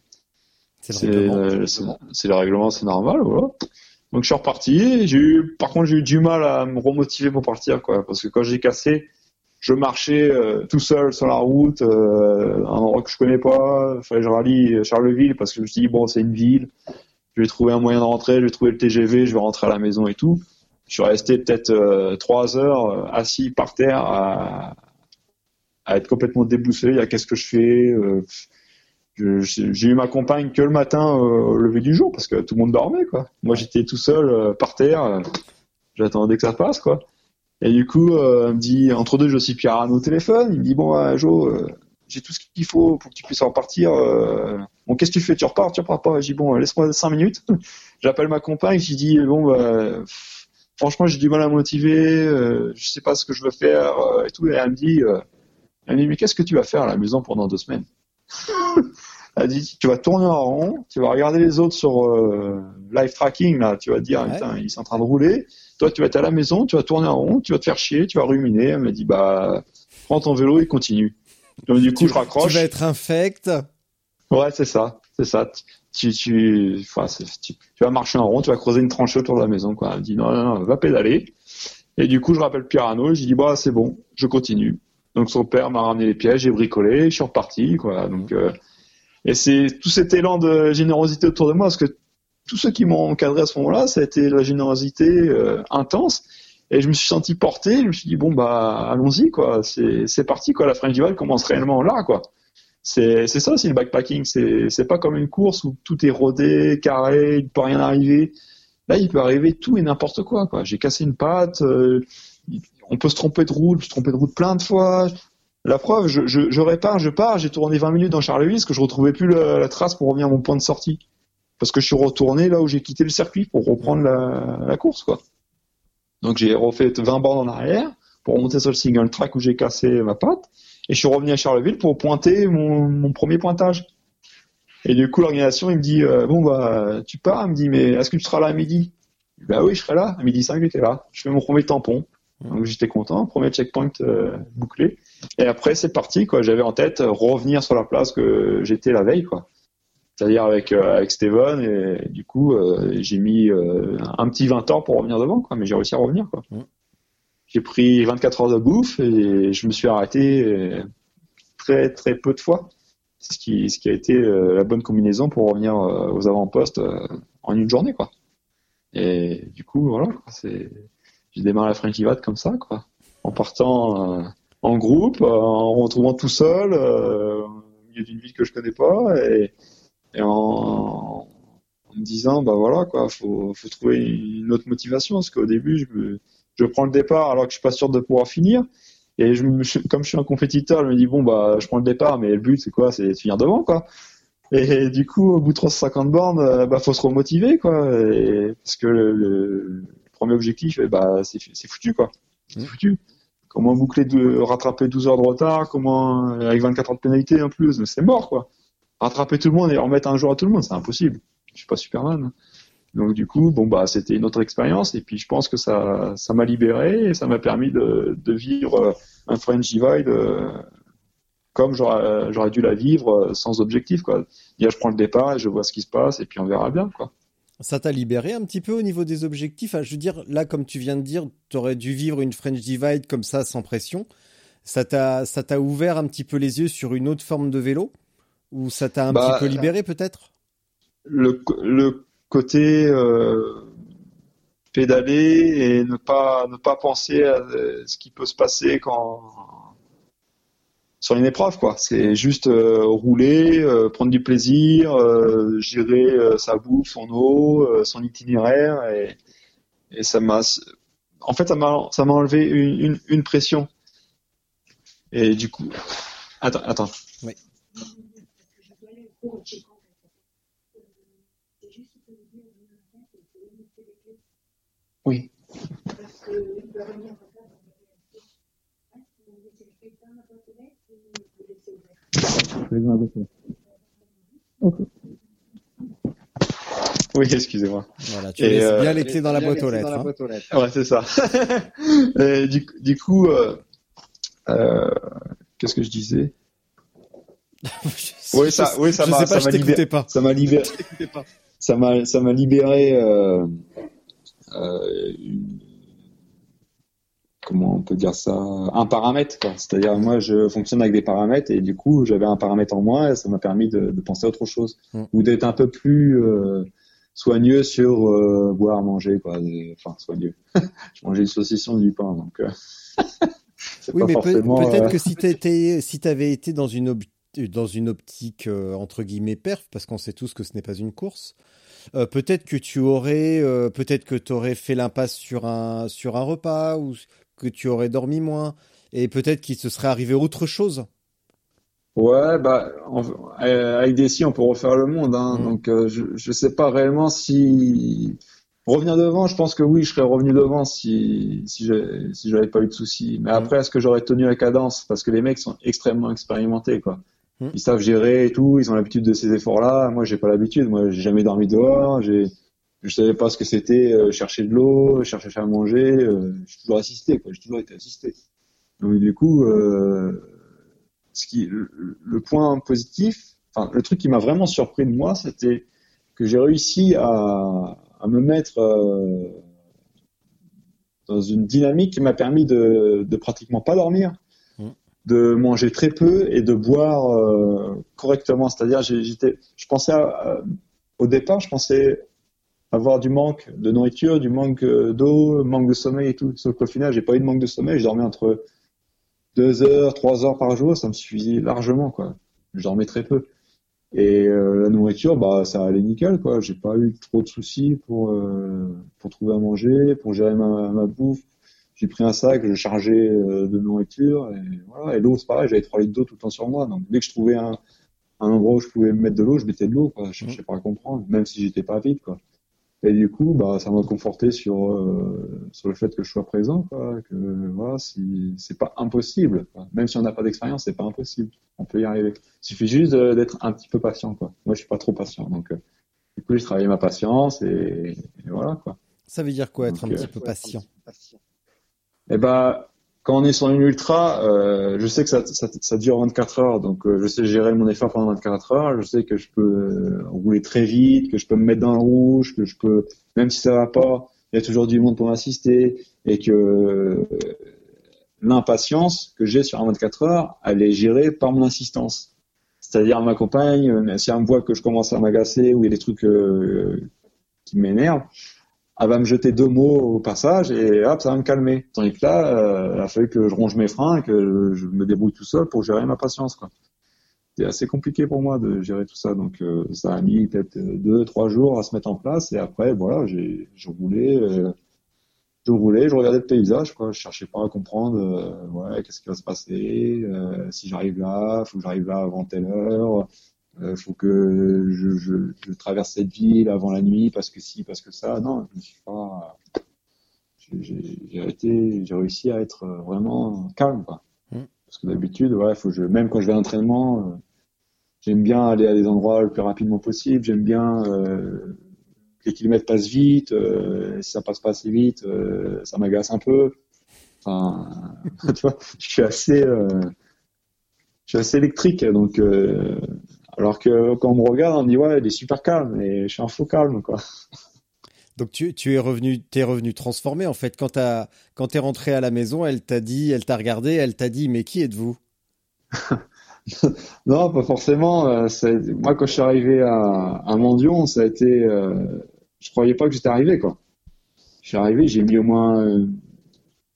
le règlement, c'est normal, voilà. Donc je suis reparti. Par contre, j'ai eu du mal à me remotiver pour partir, quoi, parce que quand j'ai cassé, je marchais tout seul sur la route, un endroit que je connais pas. Fallait que je rallie Charleville parce que je me suis dit bon, c'est une ville. Je vais trouver un moyen de rentrer. Je vais trouver le TGV. Je vais rentrer à la maison et tout. Je suis resté peut-être 3 heures assis par terre à être complètement déboussolé. Qu'est-ce que je fais? J'ai eu ma compagne que le matin au lever du jour parce que tout le monde dormait, quoi. Moi j'étais tout seul par terre, j'attendais que ça passe, quoi. Et du coup elle me dit, entre deux j'ai aussi Pierre Arnaud au téléphone, il me dit bon Jo, j'ai tout ce qu'il faut pour que tu puisses repartir, bon qu'est-ce que tu fais, tu repars pas? J'ai dit bon laisse-moi 5 minutes. J'appelle ma compagne, j'ai dit bon bah franchement j'ai du mal à me motiver, je sais pas ce que je veux faire et tout, et elle me dit mais qu'est-ce que tu vas faire à la maison pendant 2 semaines? Elle dit tu vas tourner en rond, tu vas regarder les autres sur live tracking là, tu vas te dire putain, ils sont en train de rouler. Toi tu vas être à la maison, tu vas tourner en rond, tu vas te faire chier, tu vas ruminer. Elle m'a dit bah prends ton vélo et continue. Donc du coup je raccroche. Tu vas être infect. Ouais, c'est ça. Tu vas marcher en rond, tu vas creuser une tranchée autour de la maison, quoi. Elle me dit non, va pédaler. Et du coup je rappelle Pierre Arnaud, je dis bah c'est bon, je continue. Donc son père m'a ramené les pièges, j'ai bricolé, je suis reparti, quoi. Donc et c'est tout cet élan de générosité autour de moi, parce que tous ceux qui m'ont encadré à ce moment-là, ça a été la générosité intense. Et je me suis senti porté, je me suis dit bon bah allons-y, quoi. C'est parti, quoi. La French Divide commence réellement là, quoi. C'est ça aussi le backpacking. C'est pas comme une course où tout est rodé, carré, il ne peut rien arriver. Là, il peut arriver tout et n'importe quoi, quoi. J'ai cassé une patte. On peut se tromper de route, je me suis trompé de route plein de fois. La preuve, je répare, je pars, j'ai tourné 20 minutes dans Charleville parce que je retrouvais plus la trace pour revenir à mon point de sortie. Parce que je suis retourné là où j'ai quitté le circuit pour reprendre la course, quoi. Donc j'ai refait 20 bornes en arrière pour remonter sur le single track où j'ai cassé ma patte. Et je suis revenu à Charleville pour pointer mon premier pointage. Et du coup, l'organisation, il me dit, bon, bah, tu pars. Il me dit, mais est-ce que tu seras là à midi? Bah oui, je serai là. À midi 5, j'étais là. Je fais mon premier tampon. Donc j'étais content, premier checkpoint bouclé. Et après c'est parti, quoi. J'avais en tête revenir sur la place que j'étais la veille, quoi. C'est-à-dire avec Steven, et du coup j'ai mis un petit 20 heures pour revenir devant, quoi. Mais j'ai réussi à revenir, quoi. J'ai pris 24 heures de bouffe et je me suis arrêté très très peu de fois. C'est ce qui a été la bonne combinaison pour revenir aux avant-postes en une journée, quoi. Et du coup voilà, quoi, j'ai démarré la French Divide comme ça, quoi. En partant en groupe, en retrouvant tout seul, au milieu d'une ville que je connais pas, et en me disant, bah voilà, quoi, faut trouver une autre motivation, parce qu'au début, je prends le départ alors que je suis pas sûr de pouvoir finir, et comme je suis un compétiteur, je me dis, bon, bah, je prends le départ, mais le but, c'est quoi? C'est de finir devant, quoi. Et du coup, au bout de 350 bornes, bah, faut se remotiver, quoi, parce que le premier objectif, bah, c'est foutu, quoi. C'est foutu. Comment rattraper 12 heures de retard, avec 24 heures de pénalité en plus, c'est mort, quoi. Rattraper tout le monde et remettre un jour à tout le monde, c'est impossible. Je suis pas Superman. Donc du coup, bon bah c'était une autre expérience, et puis je pense que ça m'a libéré et ça m'a permis de vivre un French Divide comme j'aurais dû la vivre sans objectif, quoi. Dire je prends le départ et je vois ce qui se passe et puis on verra bien, quoi. Ça t'a libéré un petit peu au niveau des objectifs? Je veux dire, là, comme tu viens de dire, tu aurais dû vivre une French Divide comme ça, sans pression. Ça t'a ouvert un petit peu les yeux sur une autre forme de vélo? Ou ça t'a un petit peu libéré, peut-être? Le côté pédaler et ne pas penser à ce qui peut se passer quand sur une épreuve, quoi. C'est juste rouler, prendre du plaisir, gérer sa bouffe, son eau, son itinéraire, et en fait, ça m'a enlevé une pression. Et du coup, attends. Oui. Oui. Oui, excusez-moi. Voilà, tu laisses bien les clés dans la boîte aux lettres. Ouais, c'est ça. Et du coup, qu'est-ce que je disais? Oui, ça je sais pas, je t'écoutais pas. Ça m'a libéré. Ça m'a libéré. Comment on peut dire ça? Un paramètre, quoi. C'est-à-dire, moi, je fonctionne avec des paramètres, et du coup, j'avais un paramètre en moi, et ça m'a permis de penser à autre chose, ou d'être un peu plus soigneux sur boire, manger, quoi. Enfin, soigneux. Je mangeais du saucisson et du pain, donc. Oui, mais peut-être que si t'avais été dans une optique entre guillemets perf, parce qu'on sait tous que ce n'est pas une course, peut-être que t'aurais fait l'impasse sur un repas, ou que tu aurais dormi moins, et peut-être qu'il se serait arrivé autre chose. Ouais, bah, avec des si, on peut refaire le monde, hein. Donc, je sais pas réellement si revenir devant. Je pense que oui, je serais revenu devant si j'avais pas eu de soucis. Mais après, est-ce que j'aurais tenu la cadence? Parce que les mecs sont extrêmement expérimentés, quoi. Ils savent gérer et tout. Ils ont l'habitude de ces efforts-là. Moi, j'ai pas l'habitude. Moi, j'ai jamais dormi dehors. Je savais pas ce que c'était chercher de l'eau, chercher à manger. J'ai toujours assisté, quoi. J'ai toujours été assisté. Donc, du coup, le point positif, enfin, le truc qui m'a vraiment surpris de moi, c'était que j'ai réussi à me mettre dans une dynamique qui m'a permis de pratiquement pas dormir, de manger très peu et de boire correctement. C'est-à-dire, je pensais au départ, je pensais avoir du manque de nourriture, du manque d'eau, manque de sommeil et tout. Sauf qu'au final, j'ai pas eu de manque de sommeil. Je dormais entre 2 heures, 3 heures par jour, ça me suffisait largement, quoi. Je dormais très peu. Et la nourriture, bah, ça allait nickel, quoi. J'ai pas eu trop de soucis pour trouver à manger, pour gérer ma bouffe. J'ai pris un sac, je chargeais de nourriture, et voilà. Et l'eau, c'est pareil, j'avais 3 litres d'eau tout le temps sur moi. Donc dès que je trouvais un endroit où je pouvais me mettre de l'eau, je mettais de l'eau, quoi. Je cherchais pas à comprendre, même si j'étais pas vite, quoi. Et du coup, bah, ça m'a conforté sur le fait que je sois présent, quoi, que voilà, si c'est pas impossible, quoi. Même si on n'a pas d'expérience, c'est pas impossible. On peut y arriver. Il suffit juste d'être un petit peu patient, quoi. Moi, je suis pas trop patient, donc du coup, j'ai travaillé ma patience, et voilà, quoi. Ça veut dire quoi, être un petit peu patient? Et bah, quand on est sur une ultra, je sais que ça dure 24 heures, donc je sais gérer mon effort pendant 24 heures. Je sais que je peux rouler très vite, que je peux me mettre dans le rouge, que je peux, même si ça va pas, il y a toujours du monde pour m'assister, et que l'impatience que j'ai sur un 24 heures, elle est gérée par mon insistance. C'est-à-dire ma compagne, si elle me voit que je commence à m'agacer ou il y a des trucs qui m'énervent, elle va me jeter 2 mots au passage et hop, ça va me calmer. Tandis que là, il a fallu que je ronge mes freins et que je me débrouille tout seul pour gérer ma patience, quoi. C'est assez compliqué pour moi de gérer tout ça, donc ça a mis peut-être 2-3 jours à se mettre en place, et après, voilà, je roulais, je regardais le paysage, quoi. Je cherchais pas à comprendre, ouais, qu'est-ce qui va se passer, si j'arrive là, faut que j'arrive là avant telle heure. Faut que je traverse cette ville avant la nuit parce que si, parce que ça. Non, je me suis pas. J'ai réussi à être vraiment calme, quoi. Parce que d'habitude, ouais, même quand je vais à l'entraînement, j'aime bien aller à des endroits le plus rapidement possible. J'aime bien que les kilomètres passent vite. Si ça passe pas assez vite, ça m'agace un peu. Enfin, tu vois, je suis assez électrique, donc. Alors que quand on me regarde, on me dit ouais, il est super calme, et je suis un faux calme, quoi. Donc t'es revenu transformé, en fait. Quand t'es rentré à la maison, elle t'a regardé, elle t'a dit mais qui êtes-vous? Non, pas forcément. Moi, quand je suis arrivé à Mendion, ça a été, je croyais pas que j'étais arrivé, quoi. Je suis arrivé, j'ai mis au moins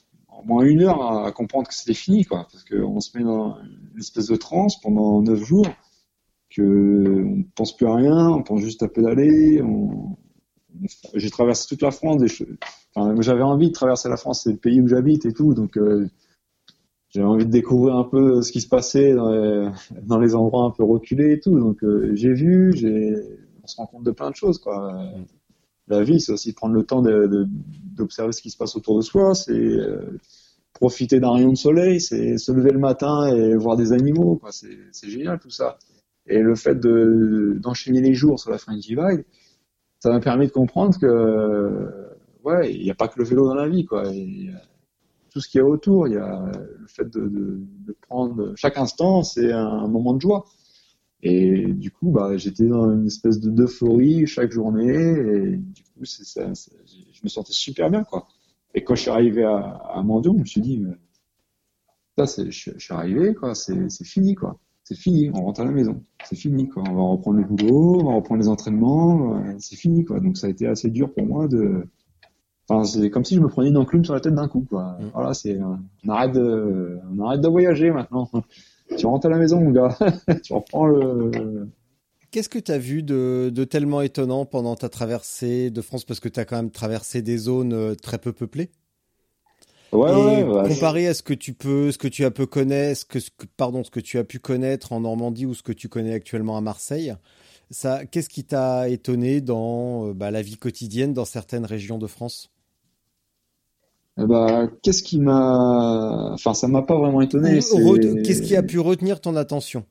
au moins 1 heure à comprendre que c'était fini, quoi, parce qu'on se met dans une espèce de transe pendant 9 jours, que on pense plus à rien, on pense juste à pédaler. J'ai traversé toute la France, enfin, j'avais envie de traverser la France, c'est le pays où j'habite et tout, donc j'avais envie de découvrir un peu ce qui se passait dans les endroits un peu reculés et tout, donc on se rend compte de plein de choses, quoi. La vie, c'est aussi prendre le temps d'observer ce qui se passe autour de soi, c'est profiter d'un rayon de soleil, c'est se lever le matin et voir des animaux, quoi. C'est génial tout ça. Et le fait d'enchaîner les jours sur la French Divide, ça m'a permis de comprendre que ouais, il n'y a pas que le vélo dans la vie, quoi. Et, tout ce qu'il y a autour, il y a le fait de prendre chaque instant, c'est un moment de joie. Et du coup, bah, j'étais dans une espèce d'euphorie chaque journée, et du coup, je me sentais super bien, quoi. Et quand je suis arrivé à Mendion, je me suis dit, je suis arrivé, quoi, c'est fini, quoi. C'est fini, on rentre à la maison. C'est fini, quoi. On va reprendre le boulot, on va reprendre les entraînements, c'est fini, quoi. Donc ça a été assez dur pour moi enfin, c'est comme si je me prenais une enclume sur la tête d'un coup, quoi. Voilà, on arrête de voyager maintenant. Tu rentres à la maison, mon gars. Tu reprends le... Qu'est-ce que tu as vu de tellement étonnant pendant ta traversée de France, parce que tu as quand même traversé des zones très peu peuplées? Ouais, comparé à ce que tu as pu connaître, ce que tu as pu connaître en Normandie ou ce que tu connais actuellement à Marseille, qu'est-ce qui t'a étonné dans la vie quotidienne dans certaines régions de France? Qu'est-ce qui m'a... Enfin, ça m'a pas vraiment étonné. Qu'est-ce qui a pu retenir ton attention?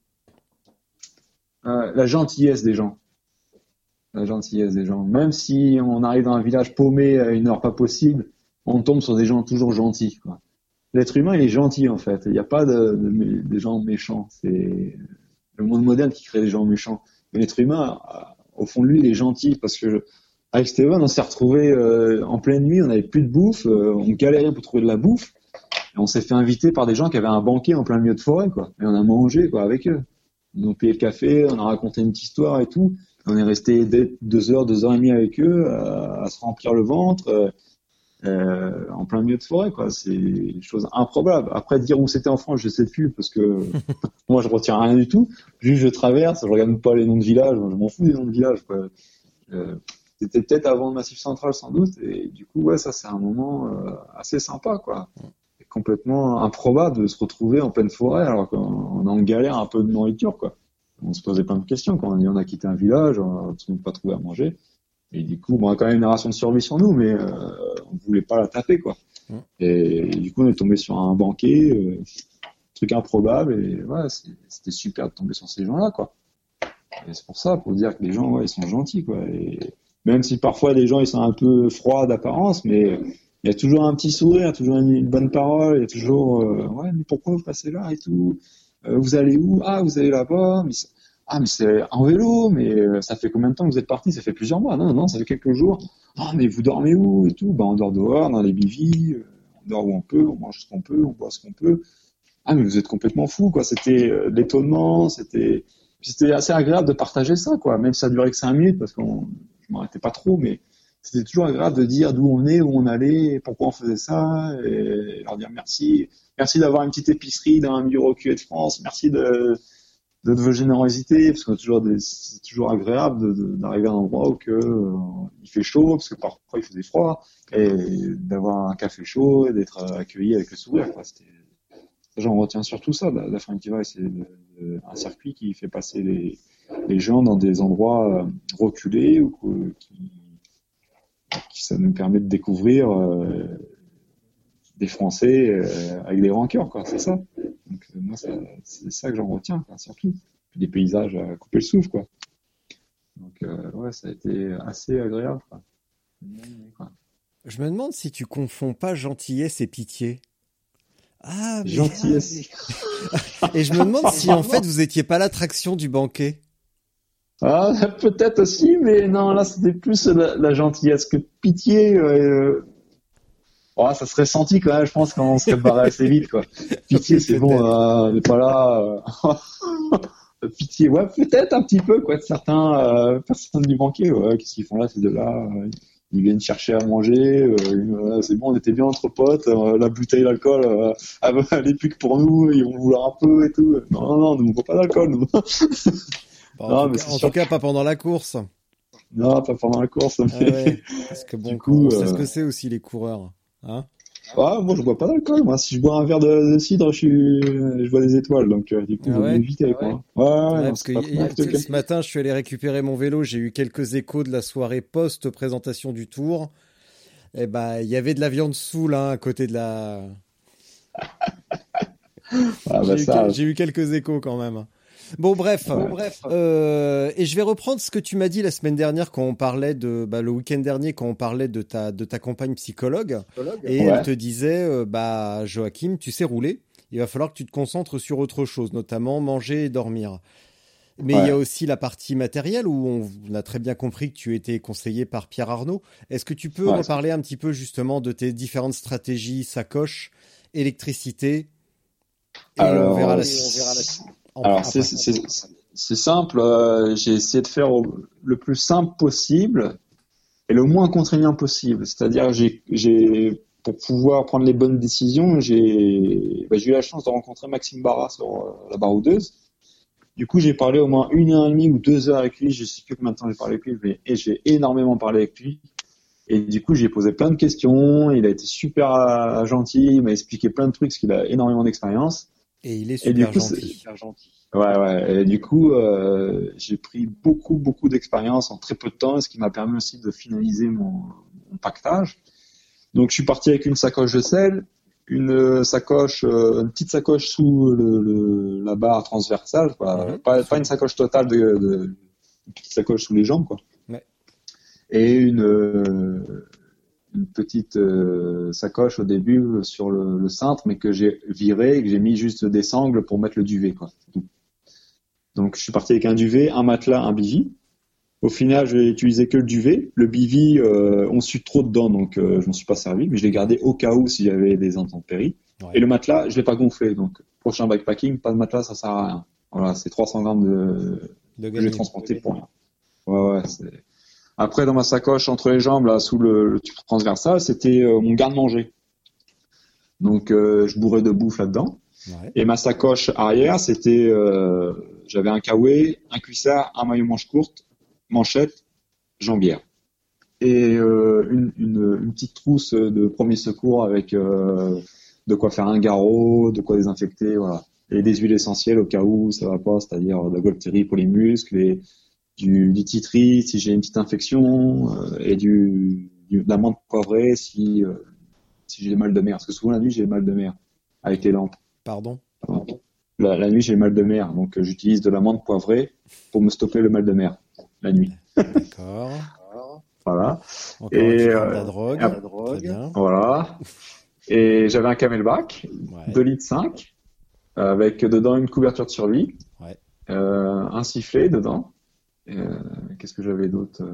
La gentillesse des gens. La gentillesse des gens. Même si on arrive dans un village paumé à une heure pas possible, on tombe sur des gens toujours gentils, quoi. L'être humain, il est gentil, en fait. Il n'y a pas des gens méchants. C'est le monde moderne qui crée des gens méchants. Mais l'être humain, au fond de lui, il est gentil, parce que avec Steven, on s'est retrouvés en pleine nuit, on n'avait plus de bouffe, on galérait pour trouver de la bouffe, et on s'est fait inviter par des gens qui avaient un banquet en plein milieu de forêt, quoi. Et on a mangé, quoi, avec eux. Ils nous ont payé le café, on a raconté une petite histoire et tout. On est resté 2 heures, 2 heures et demie avec eux, à se remplir le ventre, en plein milieu de forêt, quoi. C'est une chose improbable. Après, dire où c'était en France, je sais plus, parce que moi, je retiens rien du tout. Juste, je traverse, je regarde même pas les noms de villages, je m'en fous des noms de villages, quoi. C'était peut-être avant le Massif Central, sans doute, et du coup, ouais, ça, c'est un moment assez sympa, quoi. C'est complètement improbable de se retrouver en pleine forêt, alors qu'on est en galère un peu de nourriture, quoi. On se posait plein de questions quand on a quitté un village, on n'a pas trouvé à manger. Et du coup, on a quand même une ration de survie sur nous, mais on voulait pas la taper, quoi. Et du coup, on est tombé sur un banquet, truc improbable, et ouais, c'était super de tomber sur ces gens-là, quoi. Et c'est pour ça, pour dire que les gens, ouais, ils sont gentils, quoi. Et même si parfois les gens, ils sont un peu froids d'apparence, mais il y a toujours un petit sourire, toujours une bonne parole, il y a toujours, ouais, mais pourquoi vous passez là et tout? Vous allez où? Ah, vous allez là-bas, mais c'est en vélo, mais ça fait combien de temps que vous êtes parti? Ça fait plusieurs mois. Non, ça fait quelques jours. Ah, mais vous dormez où et tout? On dort dehors, dans les bivis, on dort où on peut, on mange ce qu'on peut, on boit ce qu'on peut. Ah, mais vous êtes complètement fou, quoi. C'était l'étonnement, c'était assez agréable de partager ça, quoi. Même si ça durait que 5 minutes, parce que je m'arrêtais pas trop, mais c'était toujours agréable de dire d'où on est, où on allait, pourquoi on faisait ça, et leur dire merci. Merci d'avoir une petite épicerie dans un milieu reculé de France. Merci de votre générosité, parce que c'est toujours agréable d'arriver à un endroit où il fait chaud, parce que parfois il faisait froid, et d'avoir un café chaud, et d'être accueilli avec le sourire, quoi. J'en retiens surtout ça. La Frenchiva, c'est un circuit qui fait passer les gens dans des endroits reculés, ou qui ça nous permet de découvrir des Français avec des rancœurs, quoi. C'est ça. Donc moi, c'est ça que j'en retiens, quoi, surtout. Puis des paysages à couper le souffle, quoi. Donc ouais, ça a été assez agréable, quoi. Je me demande si tu confonds pas gentillesse et pitié. Ah, mais... Gentillesse. Et je me demande si en fait vous étiez pas l'attraction du banquet. Ah, peut-être aussi, mais non, là c'était plus la gentillesse que pitié. Ça serait senti quand même, je pense, quand on serait barré assez vite, quoi. Pitié, c'est bon, on n'est pas là. Pitié, ouais, peut-être un petit peu, quoi, de certains personnes du banquet, ouais, qu'est-ce qu'ils font là, ces deux-là? Ils viennent chercher à manger, c'est bon, on était bien entre potes, la bouteille d'alcool, elle est plus que pour nous, ils vont vouloir un peu et tout. Non, nous on boit pas d'alcool, nous. En tout cas, pas pendant la course. Non, pas pendant la course. Ah ouais, parce que bon, on sait ce que c'est aussi les coureurs. Hein, moi je bois pas d'alcool. Moi, si je bois un verre de cidre, je bois des étoiles. Donc du coup, je vais éviter. Quoi. Ouais, parce que ce matin, je suis allé récupérer mon vélo. J'ai eu quelques échos de la soirée post-présentation du Tour. Et il y avait de la viande soule à côté de la. J'ai eu quelques échos quand même. Bon, bref. Et je vais reprendre ce que tu m'as dit la semaine dernière quand on parlait le week-end dernier, quand on parlait de ta compagne psychologue. Et elle te disait, Joachim, tu sais rouler. Il va falloir que tu te concentres sur autre chose, notamment manger et dormir. Mais il y a aussi la partie matérielle où on a très bien compris que tu étais conseillé par Pierre Arnaud. Est-ce que tu peux reparler un petit peu justement de tes différentes stratégies, sacoche, électricité? Et on verra la suite. Alors c'est simple, j'ai essayé de faire le plus simple possible et le moins contraignant possible. C'est-à-dire j'ai pour pouvoir prendre les bonnes décisions, j'ai eu la chance de rencontrer Maxime Barra sur la baroudeuse. Du coup, j'ai parlé au moins 1h30 ou 2 heures avec lui. Je sais plus combien de temps j'ai parlé avec lui, mais j'ai énormément parlé avec lui. Et du coup, j'ai posé plein de questions. Il a été super gentil. Il m'a expliqué plein de trucs parce qu'il a énormément d'expérience. Et il est super gentil. Ouais. Et du coup, j'ai pris beaucoup d'expérience en très peu de temps, ce qui m'a permis aussi de finaliser mon pactage. Donc, je suis parti avec une sacoche de sel, une petite sacoche sous la barre transversale, quoi. Pas une sacoche totale une petite sacoche sous les jambes, quoi. Ouais. Et une petite sacoche au début sur le cintre, mais que j'ai viré et que j'ai mis juste des sangles pour mettre le duvet, quoi. Donc je suis parti avec un duvet, un matelas, un bivy. Au final, je vais utiliser que le duvet. Le bivy, on sue trop dedans, donc je m'en suis pas servi, mais je l'ai gardé au cas où s'il y avait des intempéries. Ouais. Et le matelas, je l'ai pas gonflé, donc prochain backpacking, pas de matelas, ça sert à rien. Voilà, c'est 300 grammes que je vais transporter pour rien. Ouais, c'est... Après, dans ma sacoche entre les jambes, là, sous le tube transversal, c'était mon garde-manger. Donc, je bourrais de bouffe là-dedans. Ouais. Et ma sacoche arrière, c'était, j'avais un kawaii, un cuissard, un maillot manche courte, manchette, jambière. Et une petite trousse de premier secours avec de quoi faire un garrot, de quoi désinfecter, voilà. Et des huiles essentielles au cas où ça va pas, c'est-à-dire de la Golterie pour les muscles, du tea tree si j'ai une petite infection, et de la menthe poivrée si j'ai mal de mer. Parce que souvent la nuit j'ai mal de mer avec les lampes. Pardon. La nuit j'ai mal de mer, donc j'utilise de la menthe poivrée pour me stopper le mal de mer la nuit. D'accord. Voilà. Encore et la drogue. Très bien. Voilà. Et j'avais un camelback, 2,5 litres, avec dedans une couverture de survie, un sifflet dedans. Qu'est-ce que j'avais d'autre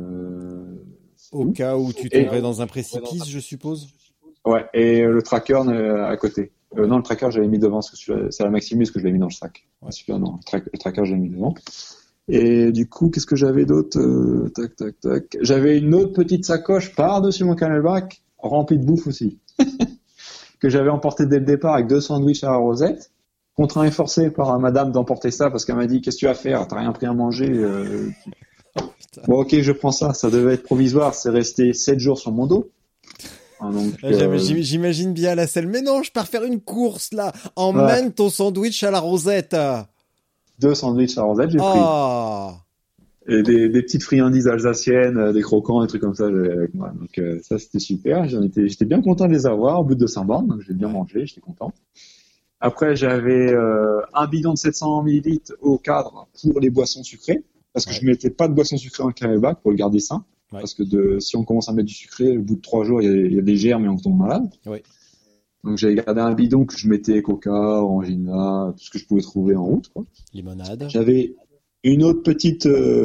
Au cas où tu tomberais dans un précipice, je suppose. Ouais, et le tracker à côté. Non, le tracker j'avais mis devant, parce que c'est la Maximus que je l'ai mis dans le sac. Ouais. Super, non, le tracker j'avais mis devant. Et du coup, qu'est-ce que j'avais d'autre tac. J'avais une autre petite sacoche par-dessus mon camelback, remplie de bouffe aussi, que j'avais emporté dès le départ avec 2 sandwichs à la rosette. Contraint et forcé par madame d'emporter ça parce qu'elle m'a dit qu'est-ce que tu vas faire, t'as rien pris à manger. Bon, ok, je prends ça, ça devait être provisoire, c'est resté 7 jours sur mon dos. Donc, j'imagine bien la selle, mais non, je pars faire une course là, emmène ton sandwich à la rosette. 2 sandwichs à la rosette, j'ai pris. Et des petites friandises alsaciennes, des croquants, des trucs comme ça j'avais avec moi. Donc ça c'était super, j'étais bien content de les avoir au bout de 200 bornes, donc j'ai bien mangé, j'étais content. Après, j'avais un bidon de 700 ml au cadre pour les boissons sucrées, parce que je mettais pas de boissons sucrées dans le camelback pour le garder sain, parce que si on commence à mettre du sucré, au bout de 3 jours, il y a des germes et on tombe malade. Ouais. Donc j'avais gardé un bidon que je mettais Coca, Orangina, tout ce que je pouvais trouver en route, quoi. Limonade. J'avais une autre petite,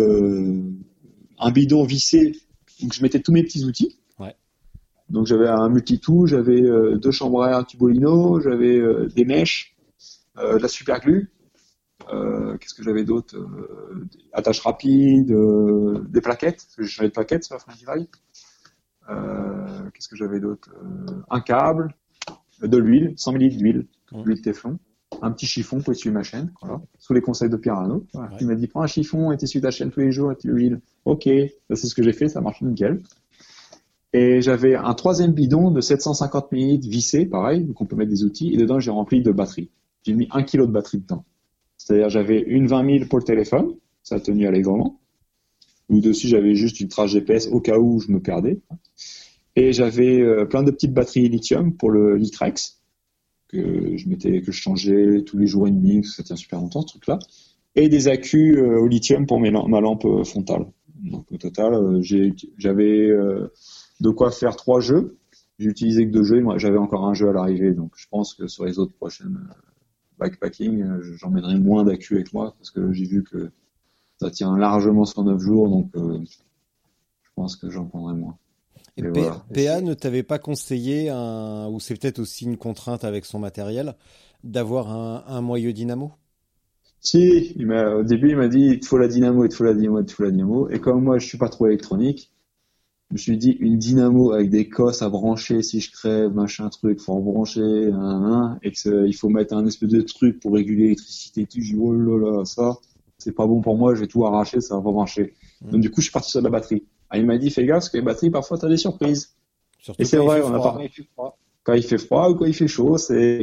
un bidon vissé où je mettais tous mes petits outils. Donc j'avais un multi-tool, j'avais 2 chambres à air Tubolino, j'avais des mèches, de la superglue, qu'est-ce que j'avais d'autre, attache rapide, des plaquettes, parce que j'avais des plaquettes sur la Friendly. Qu'est-ce que j'avais d'autre? Un câble, de l'huile, 100 ml d'huile, l'huile Teflon, un petit chiffon pour essuyer ma chaîne, voilà, sous les conseils de Pierre Arnaud. Voilà. Ouais. Il m'a dit prends un chiffon et t'essuies ta chaîne tous les jours avec l'huile. Ok, ça, c'est ce que j'ai fait, ça marche nickel. Et j'avais un troisième bidon de 750 ml vissé, pareil, donc on peut mettre des outils, et dedans j'ai rempli de batterie. J'ai mis 1 kg de batterie dedans. C'est-à-dire j'avais une 20 000 pour le téléphone, ça a tenu allègrement. Ou dessus j'avais juste une trace GPS au cas où je me perdais. Et j'avais plein de petites batteries lithium pour le Litrex que je changeais tous les jours et demi, parce que ça tient super longtemps ce truc-là. Et des accus au lithium pour ma lampe frontale. Donc au total, j'avais de quoi faire 3 jeux. J'ai utilisé que 2 jeux. Moi, j'avais encore un jeu à l'arrivée, donc je pense que sur les autres prochaines backpacking, j'emmènerai moins d'accus avec moi parce que j'ai vu que ça tient largement sur 9 jours, donc je pense que j'en prendrai moins. Et voilà. PA ne t'avait pas conseillé, ou c'est peut-être aussi une contrainte avec son matériel, d'avoir un moyeu dynamo? Si, au début, il m'a dit, il te faut la dynamo, il te faut la dynamo, il te faut la dynamo. Et comme moi, je suis pas trop électronique, je me suis dit, une dynamo avec des cosses à brancher, si je crève, machin truc, faut rebrancher, et il faut mettre un espèce de truc pour réguler l'électricité et tout. Je dis, oh là là, ça, c'est pas bon pour moi, je vais tout arracher, ça va pas marcher. Donc du coup, je suis parti sur de la batterie. Il m'a dit, fais gaffe, parce que les batteries, parfois, t'as des surprises. Surtout Et c'est quand vrai, il fait froid. Quand il fait froid ou quand il fait chaud,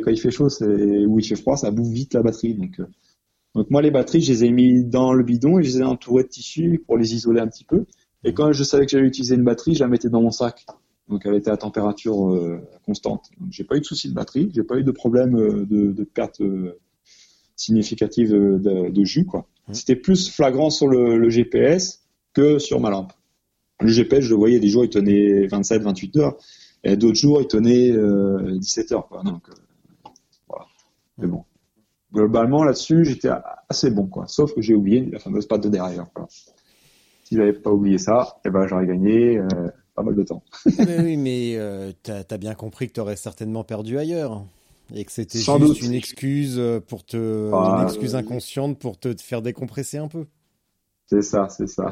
ou il fait froid, ça bouffe vite la batterie. Donc moi, les batteries, je les ai mis dans le bidon et je les ai entourées de tissu pour les isoler un petit peu. Et quand je savais que j'allais utiliser une batterie, je la mettais dans mon sac. Donc elle était à température constante. Donc j'ai pas eu de souci de batterie, j'ai pas eu de problème de perte significative de jus, quoi. C'était plus flagrant sur le GPS que sur ma lampe. Le GPS, je le voyais, des jours, il tenait 27, 28 heures. Et d'autres jours, il tenait 17 heures, quoi. Donc, voilà. Mais bon. Globalement, là-dessus, j'étais assez bon, quoi. Sauf que j'ai oublié la fameuse patte de derrière, quoi. Si j'avais pas oublié ça, j'aurais gagné pas mal de temps. Mais t'as bien compris que t'aurais certainement perdu ailleurs. Et que c'était Sans juste doute. une excuse une excuse inconsciente pour te faire décompresser un peu. C'est ça.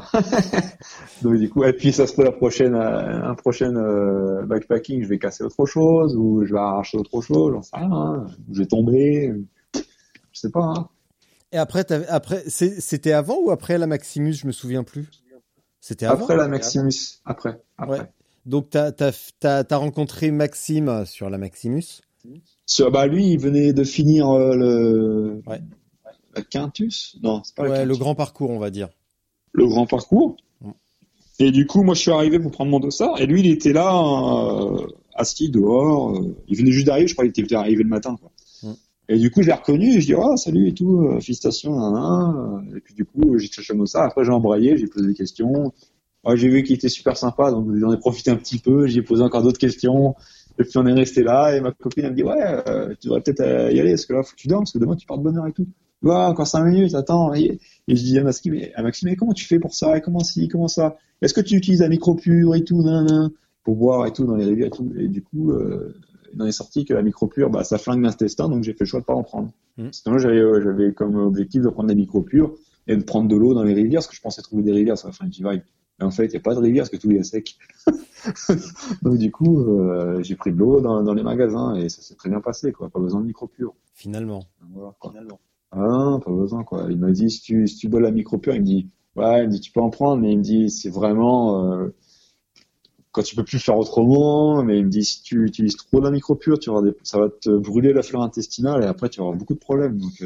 Donc du coup, et puis ça se peut un prochain backpacking, je vais casser autre chose, ou je vais arracher autre chose, j'en sais rien, hein. Ou je vais tomber, je sais pas, hein. Et après, c'était avant ou après la Maximus? Je me souviens plus. C'était avant. Après la Maximus, après. Ouais. Donc t'as rencontré Maxime sur la Maximus. Lui, il venait de finir Ouais. la Quintus. Non, c'est pas la Ouais, Quintus. le grand parcours, on va dire. Le grand parcours. Et du coup, moi, je suis arrivé pour prendre mon dossard, et lui, il était là, assis dehors. Il venait juste d'arriver, je crois qu'il était arrivé le matin, quoi. Et du coup, je l'ai reconnu, et je dis, salut et tout, félicitations, Et puis du coup, j'ai cherché mon dossard. Après, j'ai embrayé, j'ai posé des questions. Ouais, j'ai vu qu'il était super sympa, donc j'en ai profité un petit peu, j'ai posé encore d'autres questions. Et puis on est resté là, et ma copine, elle me dit, tu devrais peut-être y aller, parce que là, faut que tu dormes, parce que demain, tu pars de bonne heure et tout. Encore 5 minutes, attends. Et je dis à Maxime, mais comment tu fais pour ça? Et comment ça? Est-ce que tu utilises la micropure et tout, pour boire et tout dans les rivières et tout? Et du coup, il en est sorti que la micropure, ça flingue l'intestin, donc j'ai fait le choix de pas en prendre. Sinon, j'avais comme objectif de prendre des micropures et de prendre de l'eau dans les rivières, parce que je pensais trouver des rivières sur la Frankie Vibe. Mais en fait, il n'y a pas de rivière, parce que tout est sec. Donc du coup, j'ai pris de l'eau dans les magasins, et ça s'est très bien passé, quoi. Pas besoin de micropure. Finalement. Voilà, quoi. Ah non, pas besoin, quoi. Il m'a dit, si tu bois la micropure, il me dit, tu peux en prendre, mais il me dit, c'est vraiment, quand tu peux plus faire autrement, mais il me dit, si tu utilises trop la micropure, ça va te brûler la flore intestinale, et après, tu auras beaucoup de problèmes. Donc,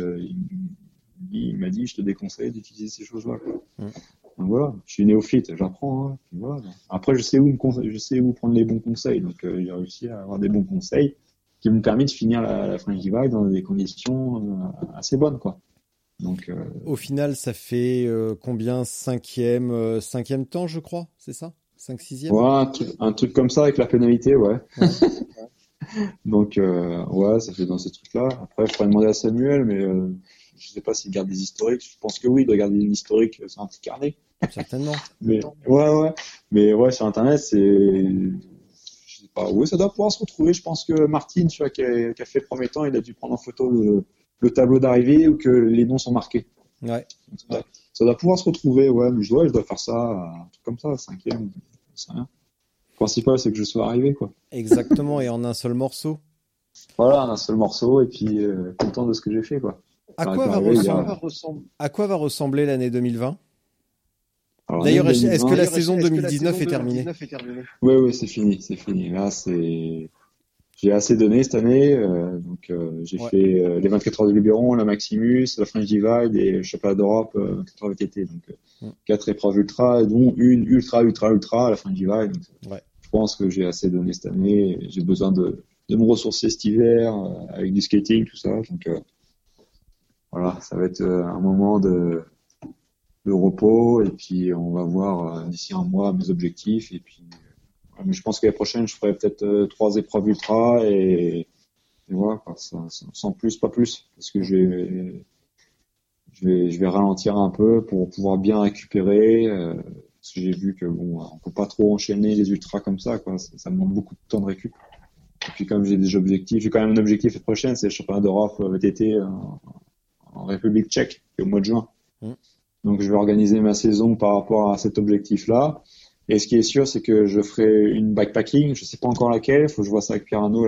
il m'a dit, je te déconseille d'utiliser ces choses-là, quoi. Donc voilà, je suis néophyte, j'apprends, hein. Puis voilà. Après, je sais où prendre les bons conseils, donc j'ai réussi à avoir des bons conseils qui m'ont permis de finir la Frankie Vibe dans des conditions assez bonnes, quoi. Donc, Au final, ça fait combien? Cinquième temps, je crois, c'est ça? 5-6e? Ouais, un truc comme ça avec la pénalité, ouais. Donc, ça fait dans ces trucs-là. Après, je pourrais demander à Samuel, mais je sais pas s'il garde des historiques. Je pense que oui, il doit garder une historique sur un petit carnet. Certainement. Mais ouais. Mais ouais, sur Internet, je sais pas. Oui, ça doit pouvoir se retrouver. Je pense que Martine, tu vois, qui a fait le premier temps, il a dû prendre en photo le tableau d'arrivée où que les noms sont marqués. Ouais. Ça doit pouvoir se retrouver, ouais. Mais je dois faire ça, un truc comme ça, 5e, c'est rien. Le principal, c'est que je sois arrivé, quoi. Exactement, et en un seul morceau. Voilà, un seul morceau, et puis content de ce que j'ai fait, quoi. À J'aurais quoi pu va arriver, à quoi va ressembler l'année 2020? Alors, D'ailleurs, l'année est-ce que la 2020, saison 2019 est terminée? oui, c'est fini. Là, j'ai assez donné cette année, donc j'ai Ouais. fait les 24 heures de Luberon, la Maximus, la French Divide et le championnat d'Europe 24 heures VTT. Donc Mm. 4 épreuves ultra, dont une ultra à la French Divide. Donc, Ouais. je pense que j'ai assez donné cette année. J'ai besoin de me ressourcer cet hiver avec du skating, tout ça. Donc voilà, ça va être un moment de repos et puis on va voir d'ici un mois mes objectifs et puis ouais, mais je pense que l'année prochaine je ferai peut-être 3 épreuves ultra et voilà quoi, sans plus pas plus parce que je vais ralentir un peu pour pouvoir bien récupérer parce que j'ai vu que bon on peut pas trop enchaîner les ultras comme ça quoi, ça demande beaucoup de temps de récup et puis comme j'ai des objectifs, j'ai quand même un objectif l'année prochaine, c'est le championnat d'Europe VTT en République tchèque au mois de juin. Donc je vais organiser ma saison par rapport à cet objectif-là. Et ce qui est sûr, c'est que je ferai une backpacking. Je sais pas encore laquelle. Il faut que je vois ça avec Pierre Arnaud,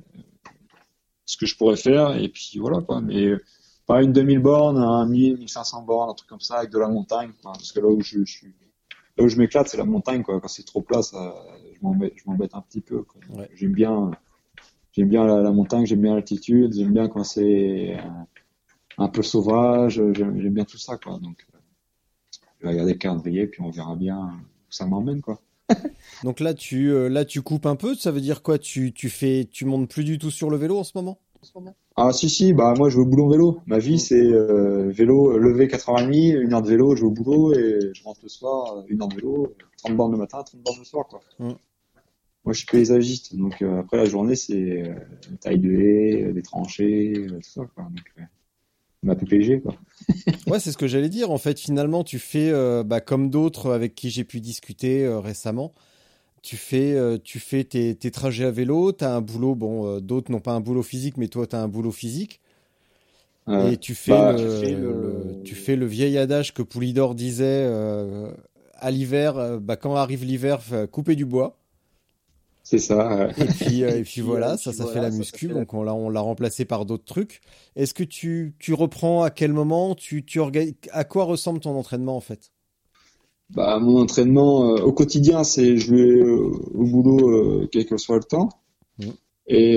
ce que je pourrais faire. Et puis voilà quoi. Mais pas une 2000 bornes, un 1000, 1500 bornes, un truc comme ça avec de la montagne. Quoi. Parce que là où je m'éclate, c'est la montagne quoi. Quand c'est trop plat, je m'embête un petit peu. Quoi. Ouais. J'aime bien la montagne, j'aime bien l'altitude, j'aime bien quand c'est un peu sauvage. J'aime bien tout ça quoi. Donc je vais regarder le calendrier, puis on verra bien où ça m'emmène, quoi. Donc là, tu coupes un peu. Ça veut dire quoi? Tu montes plus du tout sur le vélo en ce moment? Ah, si, bah, moi, je vais au boulot en vélo. Ma vie, c'est vélo, lever 4h30, 1 heure de vélo, je vais au boulot, et je rentre le soir, 1 heure de vélo, 30 bornes le matin, 30 bornes le soir, quoi. Mm. Moi, je suis paysagiste, donc après, la journée, c'est taille de haies, des tranchées, tout ça, quoi. Donc, ma PPG, quoi. Ouais, c'est ce que j'allais dire. En fait, finalement, tu fais comme d'autres avec qui j'ai pu discuter récemment. Tu fais tes trajets à vélo. T'as un boulot. Bon, d'autres n'ont pas un boulot physique, mais toi, t'as un boulot physique. Et tu fais tu fais le vieil adage que Poulidor disait à l'hiver. Quand arrive l'hiver, couper du bois. C'est ça. Et puis voilà, ça fait la muscu, donc on l'a remplacé par d'autres trucs. Est-ce que tu reprends à quel moment, à quoi ressemble ton entraînement en fait? Bah, mon entraînement au quotidien, c'est je vais au boulot quel que soit le temps. Mmh. Et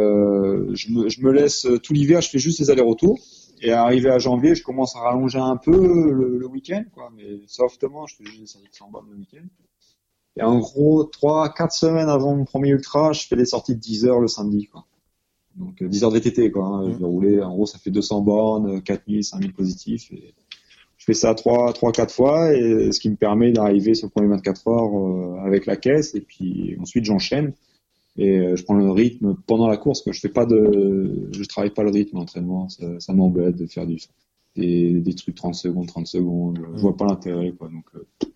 je me laisse tout l'hiver, je fais juste les allers-retours. Et arrivé à janvier, je commence à rallonger un peu le week-end, quoi, mais softement, je fais juste des sorties de 100 bornes le week-end. Et en gros, 3-4 semaines avant mon premier ultra, je fais des sorties de 10 heures le samedi, quoi. Donc 10 heures de VTT, quoi. Hein. Je vais rouler, en gros, ça fait 200 bornes, 4000, 5000 positifs. Et je fais ça 3-4 fois, et ce qui me permet d'arriver sur le premier 24 heures avec la caisse. Et puis ensuite, j'enchaîne. Et je prends le rythme pendant la course, quoi. Je travaille pas le rythme d'entraînement. Ça m'embête de faire des trucs 30 secondes. Je vois pas l'intérêt, quoi. Donc,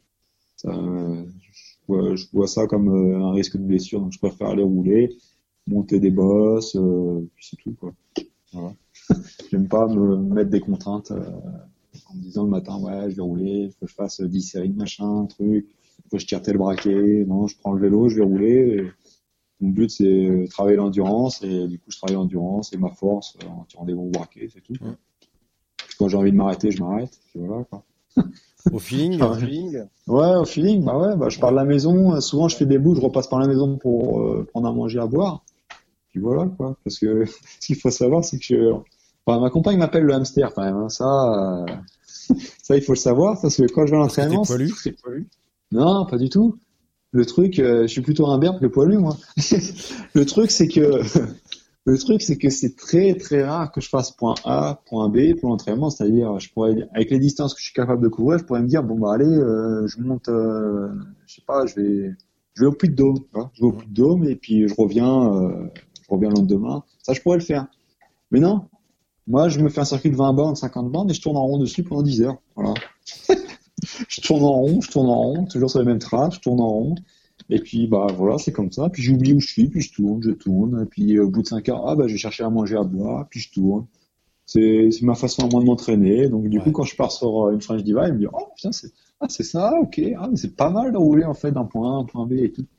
je vois ça comme un risque de blessure. Donc, je préfère aller rouler, monter des bosses, puis c'est tout, quoi. Voilà. J'aime pas me mettre des contraintes, en me disant le matin, ouais, je vais rouler, il faut que je fasse 10 séries de machin, truc, il faut que je tire tel braquet. Non, je prends le vélo, je vais rouler. Et mon but, c'est travailler l'endurance, et du coup, je travaille l'endurance et ma force en tirant des gros braquets, c'est tout. Ouais. Quand j'ai envie de m'arrêter, je m'arrête. Puis voilà, quoi. Au feeling? Ouais, au feeling, je pars de la maison, souvent je fais des bouts, je repasse par la maison pour prendre à manger, à boire. Puis voilà, quoi. Parce que ce qu'il faut savoir, c'est que ma compagne m'appelle le hamster quand même, hein. Ça, il faut le savoir, parce que quand je vais à l'entraînement, t'es poilu? c'est poilu. Non, pas du tout. Le truc, je suis plutôt un berbe que poilu, moi. Le truc, c'est que c'est très, très rare que je fasse point A, point B pour l'entraînement. C'est-à-dire, avec les distances que je suis capable de couvrir, je pourrais me dire, bon, bah, allez, je monte, je sais pas, je vais au Puy-de-Dôme, tu vois. Je vais au Puy-de-Dôme et puis je reviens le lendemain. Ça, je pourrais le faire. Mais non. Moi, je me fais un circuit de 20 bornes, 50 bornes et je tourne en rond dessus pendant 10 heures. Voilà. Je tourne en rond, toujours sur les mêmes traces, je tourne en rond. Et puis, bah, voilà, c'est comme ça. Puis j'oublie où je suis, puis je tourne. Et puis, au bout de 5 heures, je vais chercher à manger, à boire, puis je tourne. C'est ma façon à moi de m'entraîner. Donc, du coup, quand je pars sur une French Divide, je me dis, oh, putain, c'est ça, ok. Ah, mais c'est pas mal de rouler, en fait, d'un point A à un point B et tout.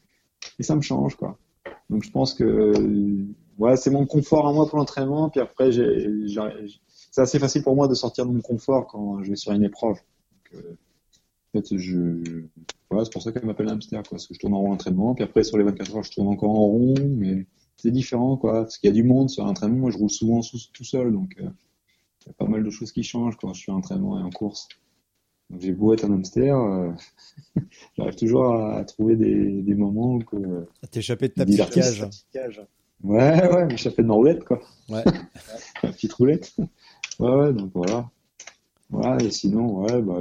et ça me change, quoi. Donc je pense que ouais, c'est mon confort à moi pour l'entraînement. Puis après, c'est assez facile pour moi de sortir de mon confort quand je vais sur une épreuve. Donc, en fait, voilà, c'est pour ça qu'elle m'appelle hamster, quoi. Parce que je tourne en rond à l'entraînement. Puis après, sur les 24 heures, je tourne encore en rond, mais c'est différent, quoi. Parce qu'il y a du monde sur l'entraînement. Moi, je roule souvent tout seul, donc il y a pas mal de choses qui changent quand je suis en entraînement et en course. Donc, j'ai beau être un hamster, j'arrive toujours à trouver des moments où À t'échapper de ta petite cage. Ouais, m'échapper de ma roulette, quoi. Ouais. La petite roulette. Ouais, donc voilà. Voilà, et sinon, ouais, bah,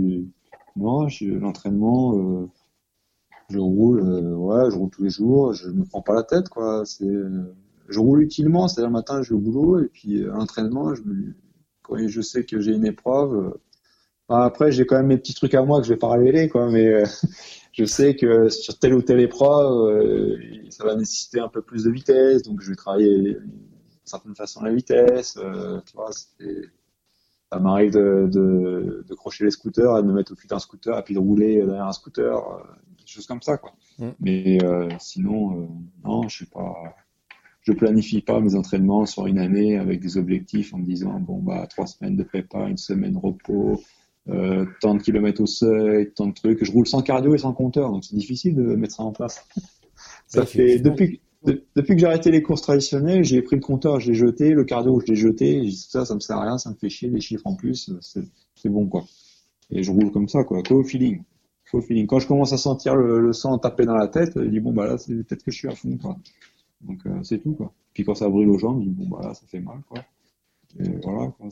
l'entraînement, je roule, je roule tous les jours, je me prends pas la tête, quoi. Je roule utilement, c'est-à-dire le matin, je vais au boulot, et puis à l'entraînement, quand je sais que j'ai une épreuve, après, j'ai quand même mes petits trucs à moi que je vais pas révéler, quoi, mais je sais que sur telle ou telle épreuve, ça va nécessiter un peu plus de vitesse, donc je vais travailler d'une certaine façon la vitesse. Tu vois, ça m'arrive de crocher les scooters et de me mettre au cul d'un scooter et puis de rouler derrière un scooter, des choses comme ça, quoi. Mais sinon, non, je planifie pas mes entraînements sur une année avec des objectifs en me disant bon bah 3 semaines de prépa, 1 semaine de repos. Tant de kilomètres au seuil, tant de trucs. Je roule sans cardio et sans compteur, donc c'est difficile de mettre ça en place. Ça fait depuis que j'ai arrêté les courses traditionnelles, j'ai pris le compteur, je l'ai jeté, le cardio je l'ai jeté. J'ai dit ça me sert à rien, ça me fait chier, les chiffres en plus, c'est bon, quoi. Et je roule comme ça, quoi, qu'au feeling. Quand je commence à sentir le sang taper dans la tête, je dis bon bah là c'est peut-être que je suis à fond, quoi. Donc c'est tout, quoi. Puis quand ça brûle aux jambes, je dis bon bah là ça fait mal, quoi. Et voilà, quoi.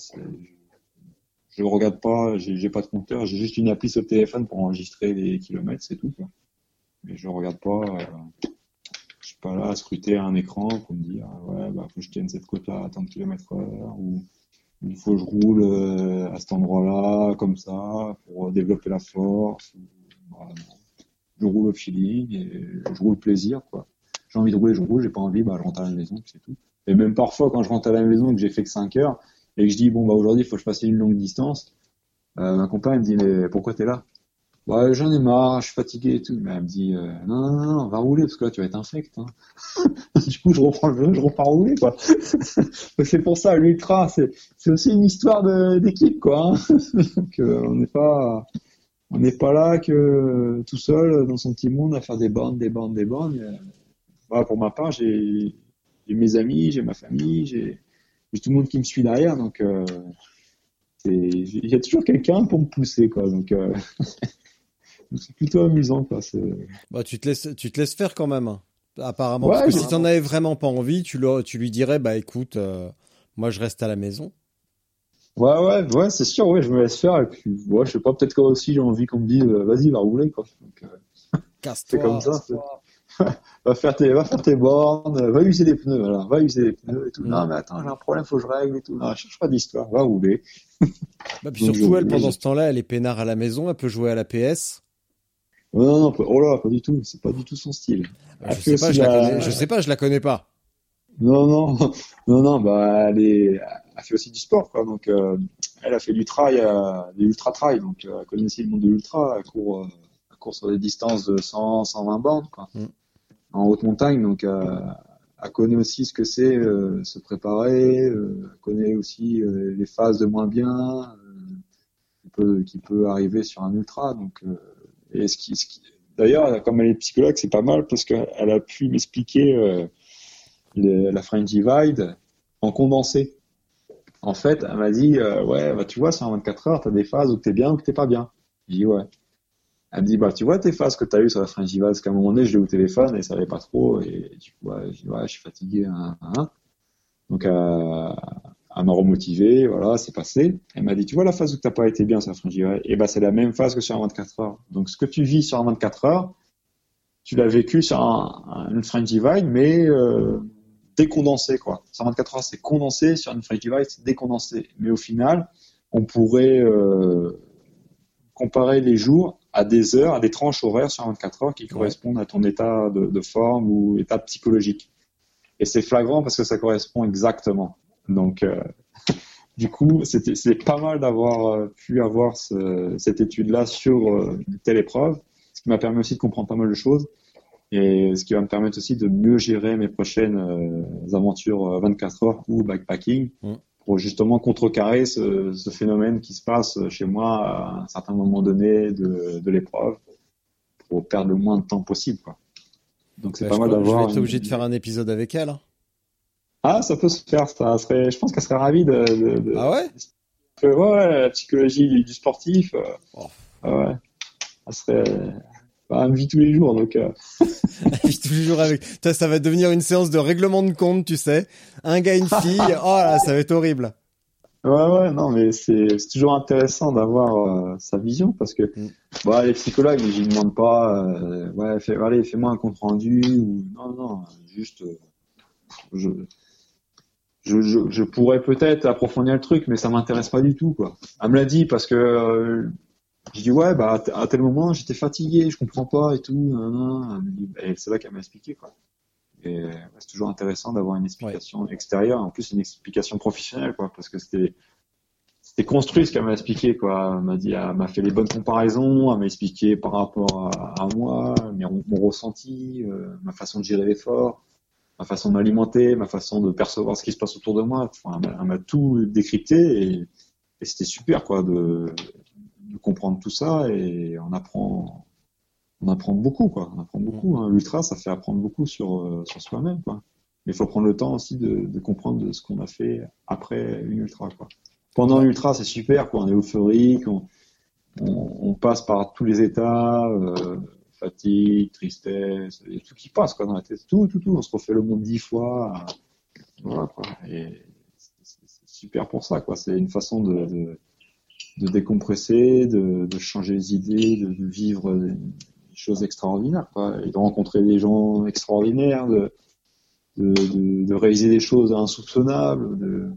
Je regarde pas, j'ai pas de compteur, j'ai juste une appli sur le téléphone pour enregistrer les kilomètres, c'est tout, quoi. Mais je regarde pas, je suis pas là à scruter un écran pour me dire, ouais, bah, faut que je tienne cette côte-là à tant de kilomètres heure, ou il faut que je roule à cet endroit-là, comme ça, pour développer la force. Voilà, non. Je roule au feeling et je roule plaisir, quoi. J'ai envie de rouler, je roule, j'ai pas envie, bah, je rentre à la maison, c'est tout. Et même parfois, quand je rentre à la maison et que j'ai fait que 5 heures, et que je dis bon bah aujourd'hui il faut que je fasse une longue distance, ma compagne me dit mais pourquoi t'es là? Bah j'en ai marre, je suis fatigué et tout. Mais elle me dit non, va rouler parce que là tu vas être infect, hein. Du coup je reprends le vélo, je repars rouler, quoi. C'est pour ça l'ultra c'est aussi une histoire d'équipe, quoi, hein. Donc on n'est pas là que tout seul dans son petit monde à faire des bornes. Voilà, pour ma part j'ai mes amis, j'ai ma famille, j'ai tout le monde qui me suit derrière, donc il y a toujours quelqu'un pour me pousser, quoi. Donc c'est plutôt amusant, quoi. Bah, tu te laisses faire quand même, hein. Apparemment, Ouais, parce que si t'en avais vraiment pas envie, tu lui dirais bah écoute, moi je reste à la maison. Ouais, c'est sûr, ouais, je me laisse faire et puis ouais, je sais pas, peut-être que aussi j'ai envie qu'on me dise vas-y, va rouler, quoi. Donc Casse-toi. c'est comme ça. Va faire tes bornes, va user les pneus, voilà, va user les pneus et tout. Non, mais attends, j'ai un problème, faut que je règle et tout. Non, cherche pas d'histoire, va rouler. Bah, puis surtout, elle, pendant ce temps-là, elle est peinard à la maison, elle peut jouer à la PS. Non, oh là, pas du tout, c'est pas du tout son style. Je sais pas, je la connais pas. Non, bah, elle fait aussi du sport, quoi. Donc, elle a fait du trail, des ultra trail, donc, elle connaît aussi le monde de l'ultra, elle court sur des distances de 100, 120 bornes, quoi. En haute montagne, donc elle connaît aussi ce que c'est se préparer, elle connaît aussi les phases de moins bien qui peut arriver sur un ultra. Donc, et d'ailleurs, comme elle est psychologue, c'est pas mal parce qu'elle a pu m'expliquer la French Divide en condensé. En fait, elle m'a dit ouais, bah tu vois, sur 24 heures, t'as des phases où t'es bien ou que t'es pas bien. J'ai dit ouais. Elle me dit, bah, tu vois tes phases que tu as eues sur la French Divide, parce qu'à un moment donné, je l'ai au téléphone et ça allait pas trop, et du coup, je dis, ouais, je suis fatigué, hein. Donc, elle m'a remotivé, voilà, c'est passé. Elle m'a dit, tu vois la phase où t'as pas été bien sur la French Divide, et bah, c'est la même phase que sur 24 heures. Donc, ce que tu vis sur 24 heures, tu l'as vécu sur une French Divide, mais, décondensé, quoi. Sur 24 heures, c'est condensé, sur une French Divide, c'est décondensé. Mais au final, on pourrait, comparer les jours à des heures, à des tranches horaires sur 24 heures qui correspondent à ton état de forme ou état psychologique. Et c'est flagrant parce que ça correspond exactement. Donc, du coup, c'est pas mal d'avoir pu avoir cette étude-là sur une telle épreuve, ce qui m'a permis aussi de comprendre pas mal de choses. Et ce qui va me permettre aussi de mieux gérer mes prochaines aventures 24 heures ou backpacking pour justement contrecarrer ce phénomène qui se passe chez moi à un certain moment donné de l'épreuve pour perdre le moins de temps possible, quoi. Donc c'est pas mal d'avoir. Je vais être obligé de faire un épisode avec elle. Hein. Ah, ça peut se faire. Je pense qu'elle serait ravie de... Ah ouais? Ouais, la psychologie du sportif. Ouais. Elle serait... elle me vit tous les jours, donc... Elle vit tous les jours avec... Toi, ça va devenir une séance de règlement de compte, tu sais. Un gars, une fille. Oh là, ça va être horrible. Ouais, non, mais c'est toujours intéressant d'avoir sa vision, parce que les psychologues, ils ne demandent pas, allez, fais-moi un compte rendu, ou non, juste, je pourrais peut-être approfondir le truc, mais ça m'intéresse pas du tout, quoi. Elle me l'a dit parce que j'ai dit à tel moment j'étais fatigué, je comprends pas et tout. Elle me dit, et c'est là qu'elle m'a expliqué, quoi. Et c'est toujours intéressant d'avoir une explication extérieure, en plus une explication professionnelle, quoi, parce que c'était construit ce qu'elle m'a expliqué, quoi. Elle m'a fait les bonnes comparaisons, elle m'a expliqué par rapport à moi, mon ressenti, ma façon de gérer l'effort, ma façon de m'alimenter, ma façon de percevoir ce qui se passe autour de moi. Enfin, elle m'a tout décrypté et c'était super, quoi, de comprendre tout ça, et on apprend beaucoup, quoi. On apprend beaucoup, hein. L'ultra, ça fait apprendre beaucoup sur soi-même, quoi. Mais il faut prendre le temps aussi de comprendre de ce qu'on a fait après une ultra, quoi. Pendant l'ultra, c'est super, quoi. On est euphorique, on passe par tous les états, fatigue, tristesse, et tout qui passe, quoi, dans la tête. Tout. On se refait le monde 10 fois. Voilà, quoi. Et c'est super pour ça, quoi. C'est une façon de décompresser, de changer les idées, de vivre des choses extraordinaires, quoi. Et de rencontrer des gens extraordinaires, de réaliser des choses insoupçonnables,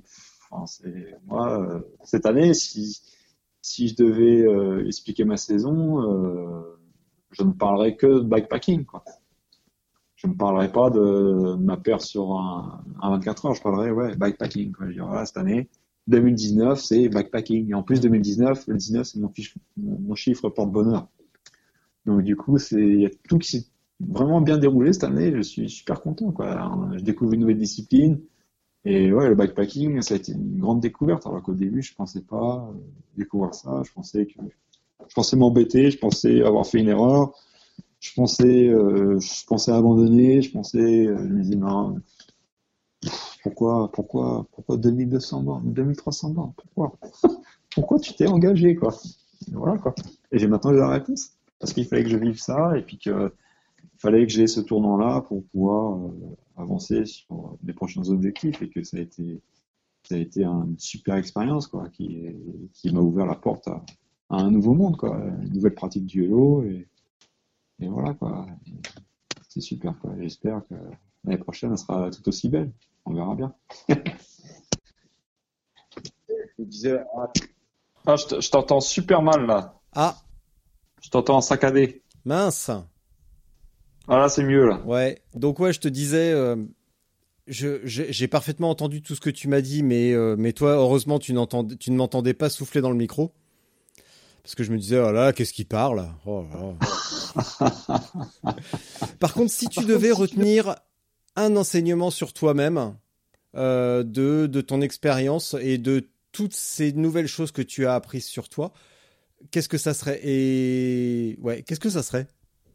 cette année, si je devais expliquer ma saison, je ne parlerais que de backpacking, quoi. Je ne parlerai pas de ma perte sur un 24 heures, je parlerai backpacking, quoi. Je dirais, voilà, cette année 2019, c'est backpacking. Et en plus 2019, le 19 c'est mon chiffre porte-bonheur. Donc du coup, il y a tout qui s'est vraiment bien déroulé cette année, je suis super content, quoi. Alors, je découvre une nouvelle discipline. Et le backpacking, ça a été une grande découverte, alors qu'au début, je pensais pas découvrir ça. Je pensais m'embêter, je pensais avoir fait une erreur, je pensais abandonner, je me disais non, pourquoi 2200 bornes, 2300 bornes, pourquoi tu t'es engagé, quoi. Et voilà, quoi. Et maintenant j'ai la réponse, parce qu'il fallait que je vive ça, et puis que il fallait que j'ai ce tournant-là pour pouvoir avancer sur les prochains objectifs, et que ça a été une super expérience, quoi, qui m'a ouvert la porte à un nouveau monde, quoi, une nouvelle pratique du vélo, et voilà, quoi. C'est super, quoi. J'espère que l'année prochaine elle sera tout aussi belle. On verra bien. Je disais, je t'entends super mal là. Ah. Je t'entends saccadé. Mince. Ah là, c'est mieux là. Ouais. Donc je te disais, j'ai parfaitement entendu tout ce que tu m'as dit, mais toi, heureusement, tu ne m'entendais pas souffler dans le micro, parce que je me disais, oh là, qu'est-ce qu'il parle. Oh là. Par contre, si tu devais retenir un enseignement sur toi-même, de ton expérience et de toutes ces nouvelles choses que tu as apprises sur toi, qu'est-ce que ça serait? Qu'est-ce que ça serait?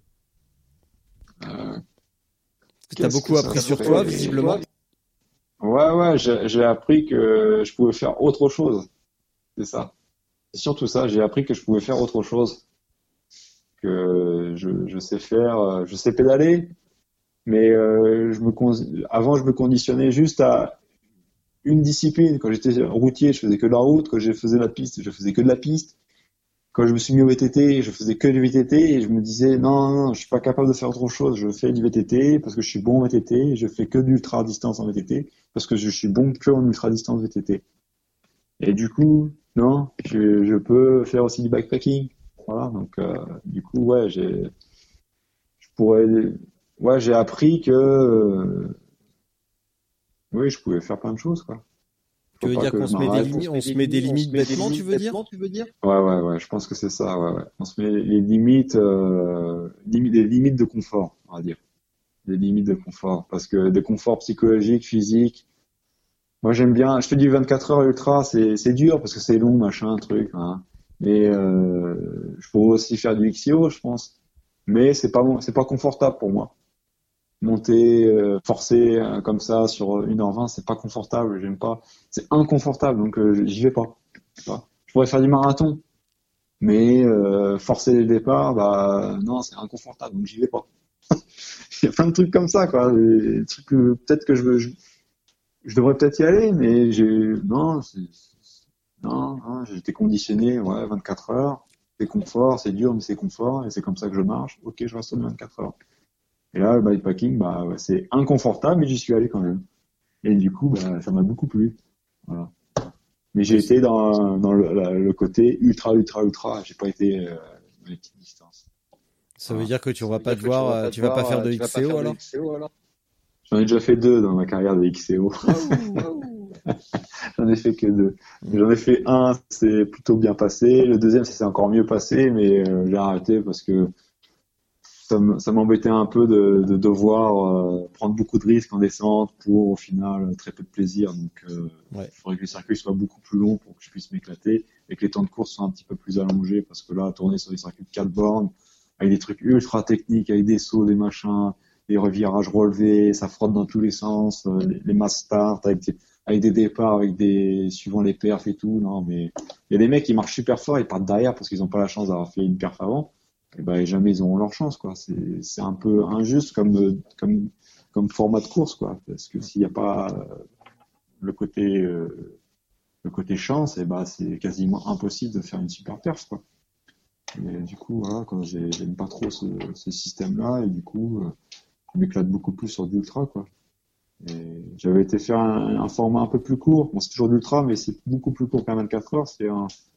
Tu as beaucoup appris sur toi, visiblement. Ouais, j'ai appris que je pouvais faire autre chose. C'est ça. C'est surtout ça, j'ai appris que je pouvais faire autre chose. Que je sais pédaler, mais avant je me conditionnais juste à une discipline. Quand j'étais routier, je faisais que de la route. Quand je faisais la piste, je faisais que de la piste. Quand je me suis mis au VTT, je faisais que du VTT, et je me disais non, je suis pas capable de faire autre chose. Je fais du VTT parce que je suis bon en VTT, et je fais que du ultra distance en VTT parce que je suis bon que en ultra distance VTT. Et du coup, non, je peux faire aussi du backpacking. Voilà, donc du coup, j'ai appris que je pouvais faire plein de choses, quoi. Tu veux dire qu'on se met des limites bêtement, tu veux dire? Ouais, je pense que c'est ça, ouais. On se met les limites, des limites de confort, on va dire. des limites de confort. Parce que des conforts psychologiques, physiques, moi j'aime bien, je te dis 24 heures ultra, c'est dur parce que c'est long, machin, truc, hein. Mais je pourrais aussi faire du XCO, je pense. Mais c'est pas confortable pour moi. Monter, forcer comme ça sur 1h20, c'est pas confortable, j'aime pas. C'est inconfortable, donc j'y vais pas. Je pourrais faire du marathon, mais forcer les départs, bah non, c'est inconfortable, donc j'y vais pas. Il y a plein de trucs comme ça, quoi. Des trucs que peut-être que je devrais peut-être y aller, mais non, j'ai été conditionné, ouais, 24 heures, c'est confort, c'est dur, mais c'est confort, et c'est comme ça que je marche. Ok, je reste sur 24 heures. Et là, le bikepacking, bah, ouais, c'est inconfortable, mais j'y suis allé quand même. Et du coup, bah, ça m'a beaucoup plu. Voilà. Mais j'ai été dans le côté ultra. J'ai pas été dans les petites distances. Ça veut dire que tu vas pas te voir, tu vas pas faire de XCO alors? J'en ai déjà fait 2 dans ma carrière de XCO. J'en ai fait que 2. J'en ai fait un, c'est plutôt bien passé. Le deuxième, ça s'est encore mieux passé, mais j'ai arrêté parce que ça m'embêtait un peu de devoir prendre beaucoup de risques en descente pour au final très peu de plaisir. Donc il faudrait que les circuits soient beaucoup plus longs pour que je puisse m'éclater et que les temps de course soient un petit peu plus allongés parce que là, tourner sur des circuits de 4 bornes avec des trucs ultra techniques, avec des sauts, des machins, des revirages relevés, ça frotte dans tous les sens, les mass start avec des départs, suivant les perfs et tout. Non, mais il y a des mecs qui marchent super fort, ils partent derrière parce qu'ils n'ont pas la chance d'avoir fait une perf avant. Et ben jamais ils auront leur chance, quoi. C'est un peu injuste comme format de course, quoi. Parce que s'il n'y a pas le côté chance, et ben c'est quasiment impossible de faire une super perf, quoi. Et du coup, voilà, quoi, j'aime pas trop ce système-là, et du coup, je m'éclate beaucoup plus sur d'ultra, quoi. Et j'avais été faire un format un peu plus court. Bon, c'est toujours d'ultra, mais c'est beaucoup plus court qu'un 24 heures. C'est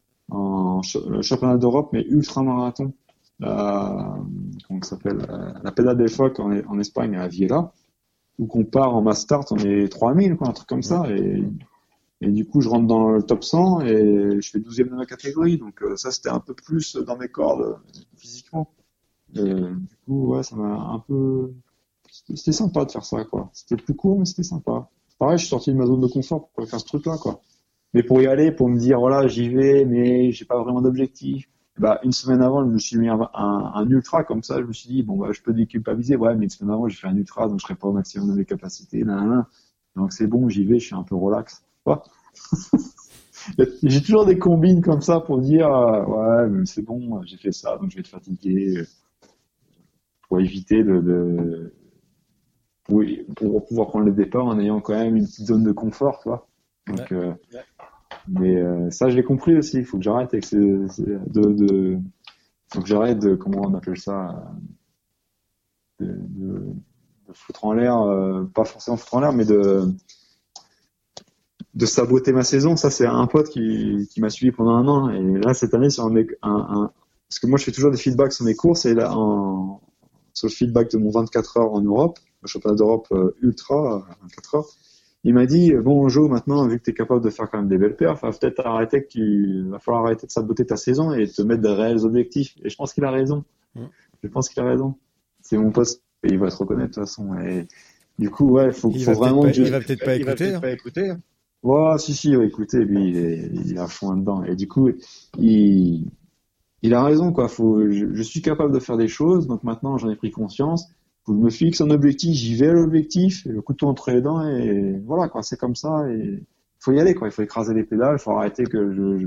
le championnat d'Europe, mais ultra marathon. Comment ça s'appelle, la Pedal del Foc en Espagne à Viella, où qu'on part en mass start, on est 3000, quoi, un truc comme ça, et du coup je rentre dans le top 100 et je fais 12e de ma catégorie, donc ça c'était un peu plus dans mes cordes physiquement. Et, du coup ouais, ça m'a un peu, c'était sympa de faire ça, quoi. C'était plus court mais c'était sympa. Pareil, je suis sorti de ma zone de confort pour faire ce truc là, quoi. Mais pour y aller, pour me dire voilà, j'y vais mais j'ai pas vraiment d'objectif. Bah, une semaine avant, je me suis mis un ultra comme ça. Je me suis dit, bon, bah, je peux déculpabiliser. Ouais, mais une semaine avant, j'ai fait un ultra, donc je serai pas au maximum de mes capacités. Donc c'est bon, j'y vais, je suis un peu relax. Ouais. J'ai toujours des combines comme ça pour dire, ouais, mais c'est bon, j'ai fait ça, donc je vais être fatigué. Pour éviter pour pouvoir prendre le départ en ayant quand même une petite zone de confort, tu vois. Donc, mais ça, je l'ai compris aussi. Il faut que j'arrête avec faut que j'arrête de, comment on appelle ça, de foutre en l'air, pas forcément foutre en l'air, mais de saboter ma saison. Ça, c'est un pote qui m'a suivi pendant 1 an. Et là, cette année, sur parce que moi, je fais toujours des feedbacks sur mes courses, et là, sur le feedback de mon 24 heures en Europe, le championnat d'Europe ultra, 24 heures, il m'a dit, bon, Joe, maintenant, vu que tu es capable de faire quand même des belles perfs, va falloir arrêter de saboter ta saison et te mettre des réels objectifs. Et je pense qu'il a raison. Je pense qu'il a raison. C'est mon poste. Et il va se reconnaître, de toute façon. Et du coup, ouais, faut vraiment il va peut-être pas écouter. Ouais, si, il va écouter. Lui, il est à fond là-dedans. Et du coup, il a raison, quoi. Je suis capable de faire des choses. Donc maintenant, j'en ai pris conscience. Faut que je me fixe un objectif, j'y vais à l'objectif, et le couteau entre les dents, et voilà, quoi, c'est comme ça, et faut y aller, quoi, il faut écraser les pédales, faut arrêter que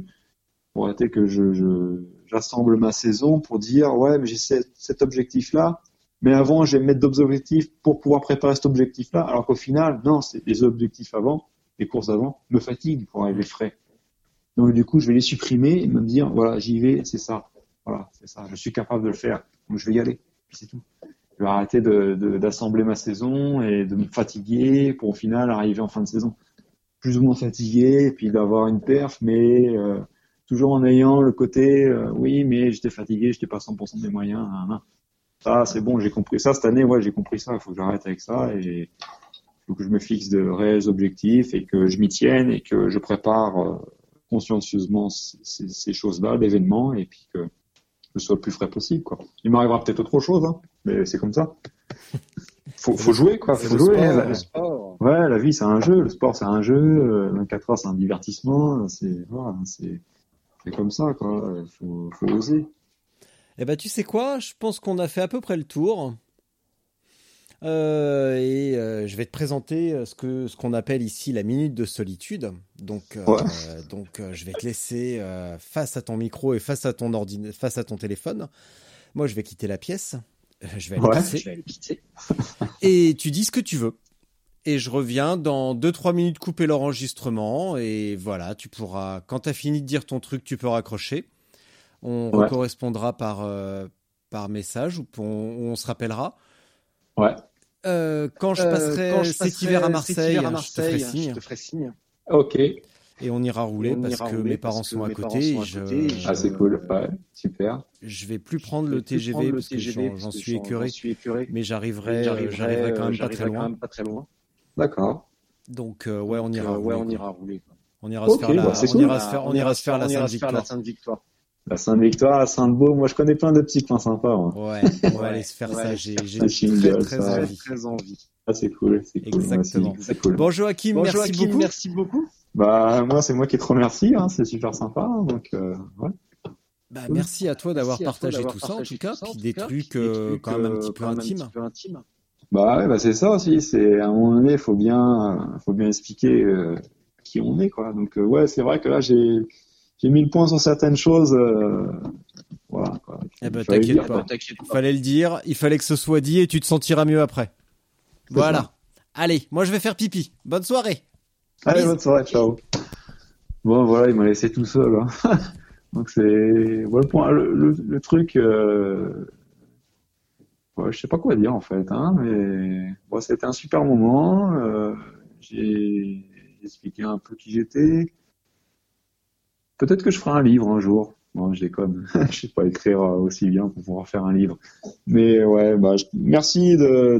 j'assemble ma saison pour dire, ouais, mais j'ai cet objectif-là, mais avant, je vais mettre d'autres objectifs pour pouvoir préparer cet objectif-là, alors qu'au final, non, c'est les objectifs avant, les courses avant, me fatiguent pour arriver frais. Donc, du coup, je vais les supprimer et me dire, voilà, j'y vais, c'est ça, voilà, c'est ça, je suis capable de le faire, donc je vais y aller, puis c'est tout. Je vais arrêter d'assembler ma saison et de me fatiguer pour au final arriver en fin de saison plus ou moins fatigué, et puis d'avoir une perf, mais toujours en ayant le côté oui, mais j'étais fatigué, j'étais pas 100% des moyens. Ça, c'est bon, j'ai compris ça cette année. Ouais, j'ai compris ça. Il faut que j'arrête avec ça, et il faut que je me fixe de réels objectifs et que je m'y tienne et que je prépare consciencieusement ces choses-là, l'événement, et puis que je sois le plus frais possible, quoi. Il m'arrivera peut-être autre chose, hein, mais c'est comme ça. faut jouer, quoi. C'est Faut le jouer. sport, La- ouais. sport. Ouais, la vie, c'est un jeu. Le sport, c'est un jeu. 24 heures, c'est un divertissement. Voilà, c'est comme ça, quoi. Faut oser. Eh ben, tu sais quoi? Je pense qu'on a fait à peu près le tour. Je vais te présenter ce qu'on appelle ici la minute de solitude. Donc, Ouais. je vais te laisser face à ton micro et face à face à ton téléphone. Moi, je vais quitter la pièce. Je vais aller Ouais. pisser. Je vais aller quitter. Et tu dis ce que tu veux. Et je reviens dans 2-3 minutes couper l'enregistrement. Et voilà, tu pourras, quand tu as fini de dire ton truc, tu peux raccrocher. On Ouais. recorrespondra par message ou on se rappellera. Ouais. Quand je passerai cet hiver à Marseille, je te ferai signe. Ok. Et on ira rouler parce que mes parents sont à côté. Ah, c'est cool. Ouais. Super. Je vais plus prendre le TGV parce que j'en suis écœuré. Mais j'arriverai quand même pas très loin. D'accord. Donc ouais, on ira rouler. On ira Ok, se faire la, bah, c'est on cool. ira se faire la Sainte-Victoire. La Sainte-Victoire, à Sainte-Beau, moi je connais plein de petits coins sympas. Moi. Ouais, on va aller se faire ça. J'ai C'est Shingle, très ça. envie. Ah, c'est cool. Exactement. Moi aussi, c'est cool. Bon, Joachim, merci beaucoup. Bah, moi, c'est moi qui te remercie. Hein, c'est super sympa. Donc, ouais. Bah, merci à toi d'avoir partagé tout ça, en tout cas, puis des trucs quand même un petit peu intimes. Bah, ouais, bah, c'est ça aussi. C'est, à un moment donné, faut bien expliquer qui on est, quoi. Donc, ouais, c'est vrai que là, j'ai mis le point sur certaines choses. Voilà, quoi. Eh ben, Il fallait t'inquiète dire, pas. quoi. Il fallait le dire, il fallait que ce soit dit et tu te sentiras mieux après. Voilà. ça. Allez, moi je vais faire pipi. Bonne soirée. Allez, Bisous. bonne soirée, ciao. Bon, voilà, il m'a laissé tout seul. Hein. Donc, c'est, voilà, le truc, ouais, je sais pas quoi dire, en fait, hein, mais, bon, c'était un super moment, j'ai expliqué un peu qui j'étais. Peut-être que je ferai un livre un jour. Bon, je déconne. Je sais pas écrire aussi bien pour pouvoir faire un livre. Mais, ouais, bah, merci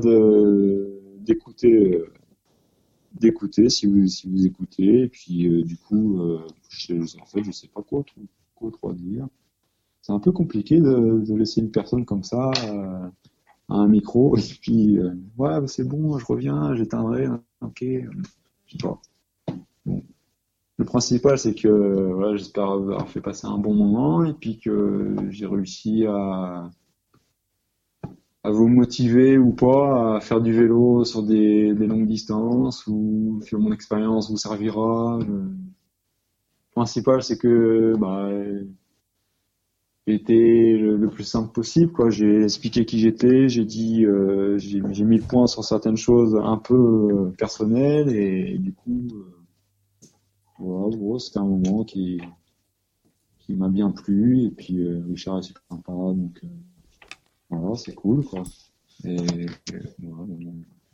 d'écouter si vous écoutez. Et puis, du coup, en fait, je sais pas quoi trop dire. C'est un peu compliqué de laisser une personne comme ça à un micro et puis ouais, bah, c'est bon, je reviens, j'éteindrai. Ok, je sais pas. Bon. Le principal, c'est que voilà, j'espère avoir fait passer un bon moment et puis que j'ai réussi à vous motiver ou pas à faire du vélo sur des longues distances ou que mon expérience vous servira. Le principal, c'est que bah, j'ai été le plus simple possible, quoi. J'ai expliqué qui j'étais, j'ai dit, j'ai mis le point sur certaines choses un peu personnelles et du coup, voilà, gros, c'était un moment qui m'a bien plu et puis Richard est super sympa, donc voilà, c'est cool, quoi. Et voilà,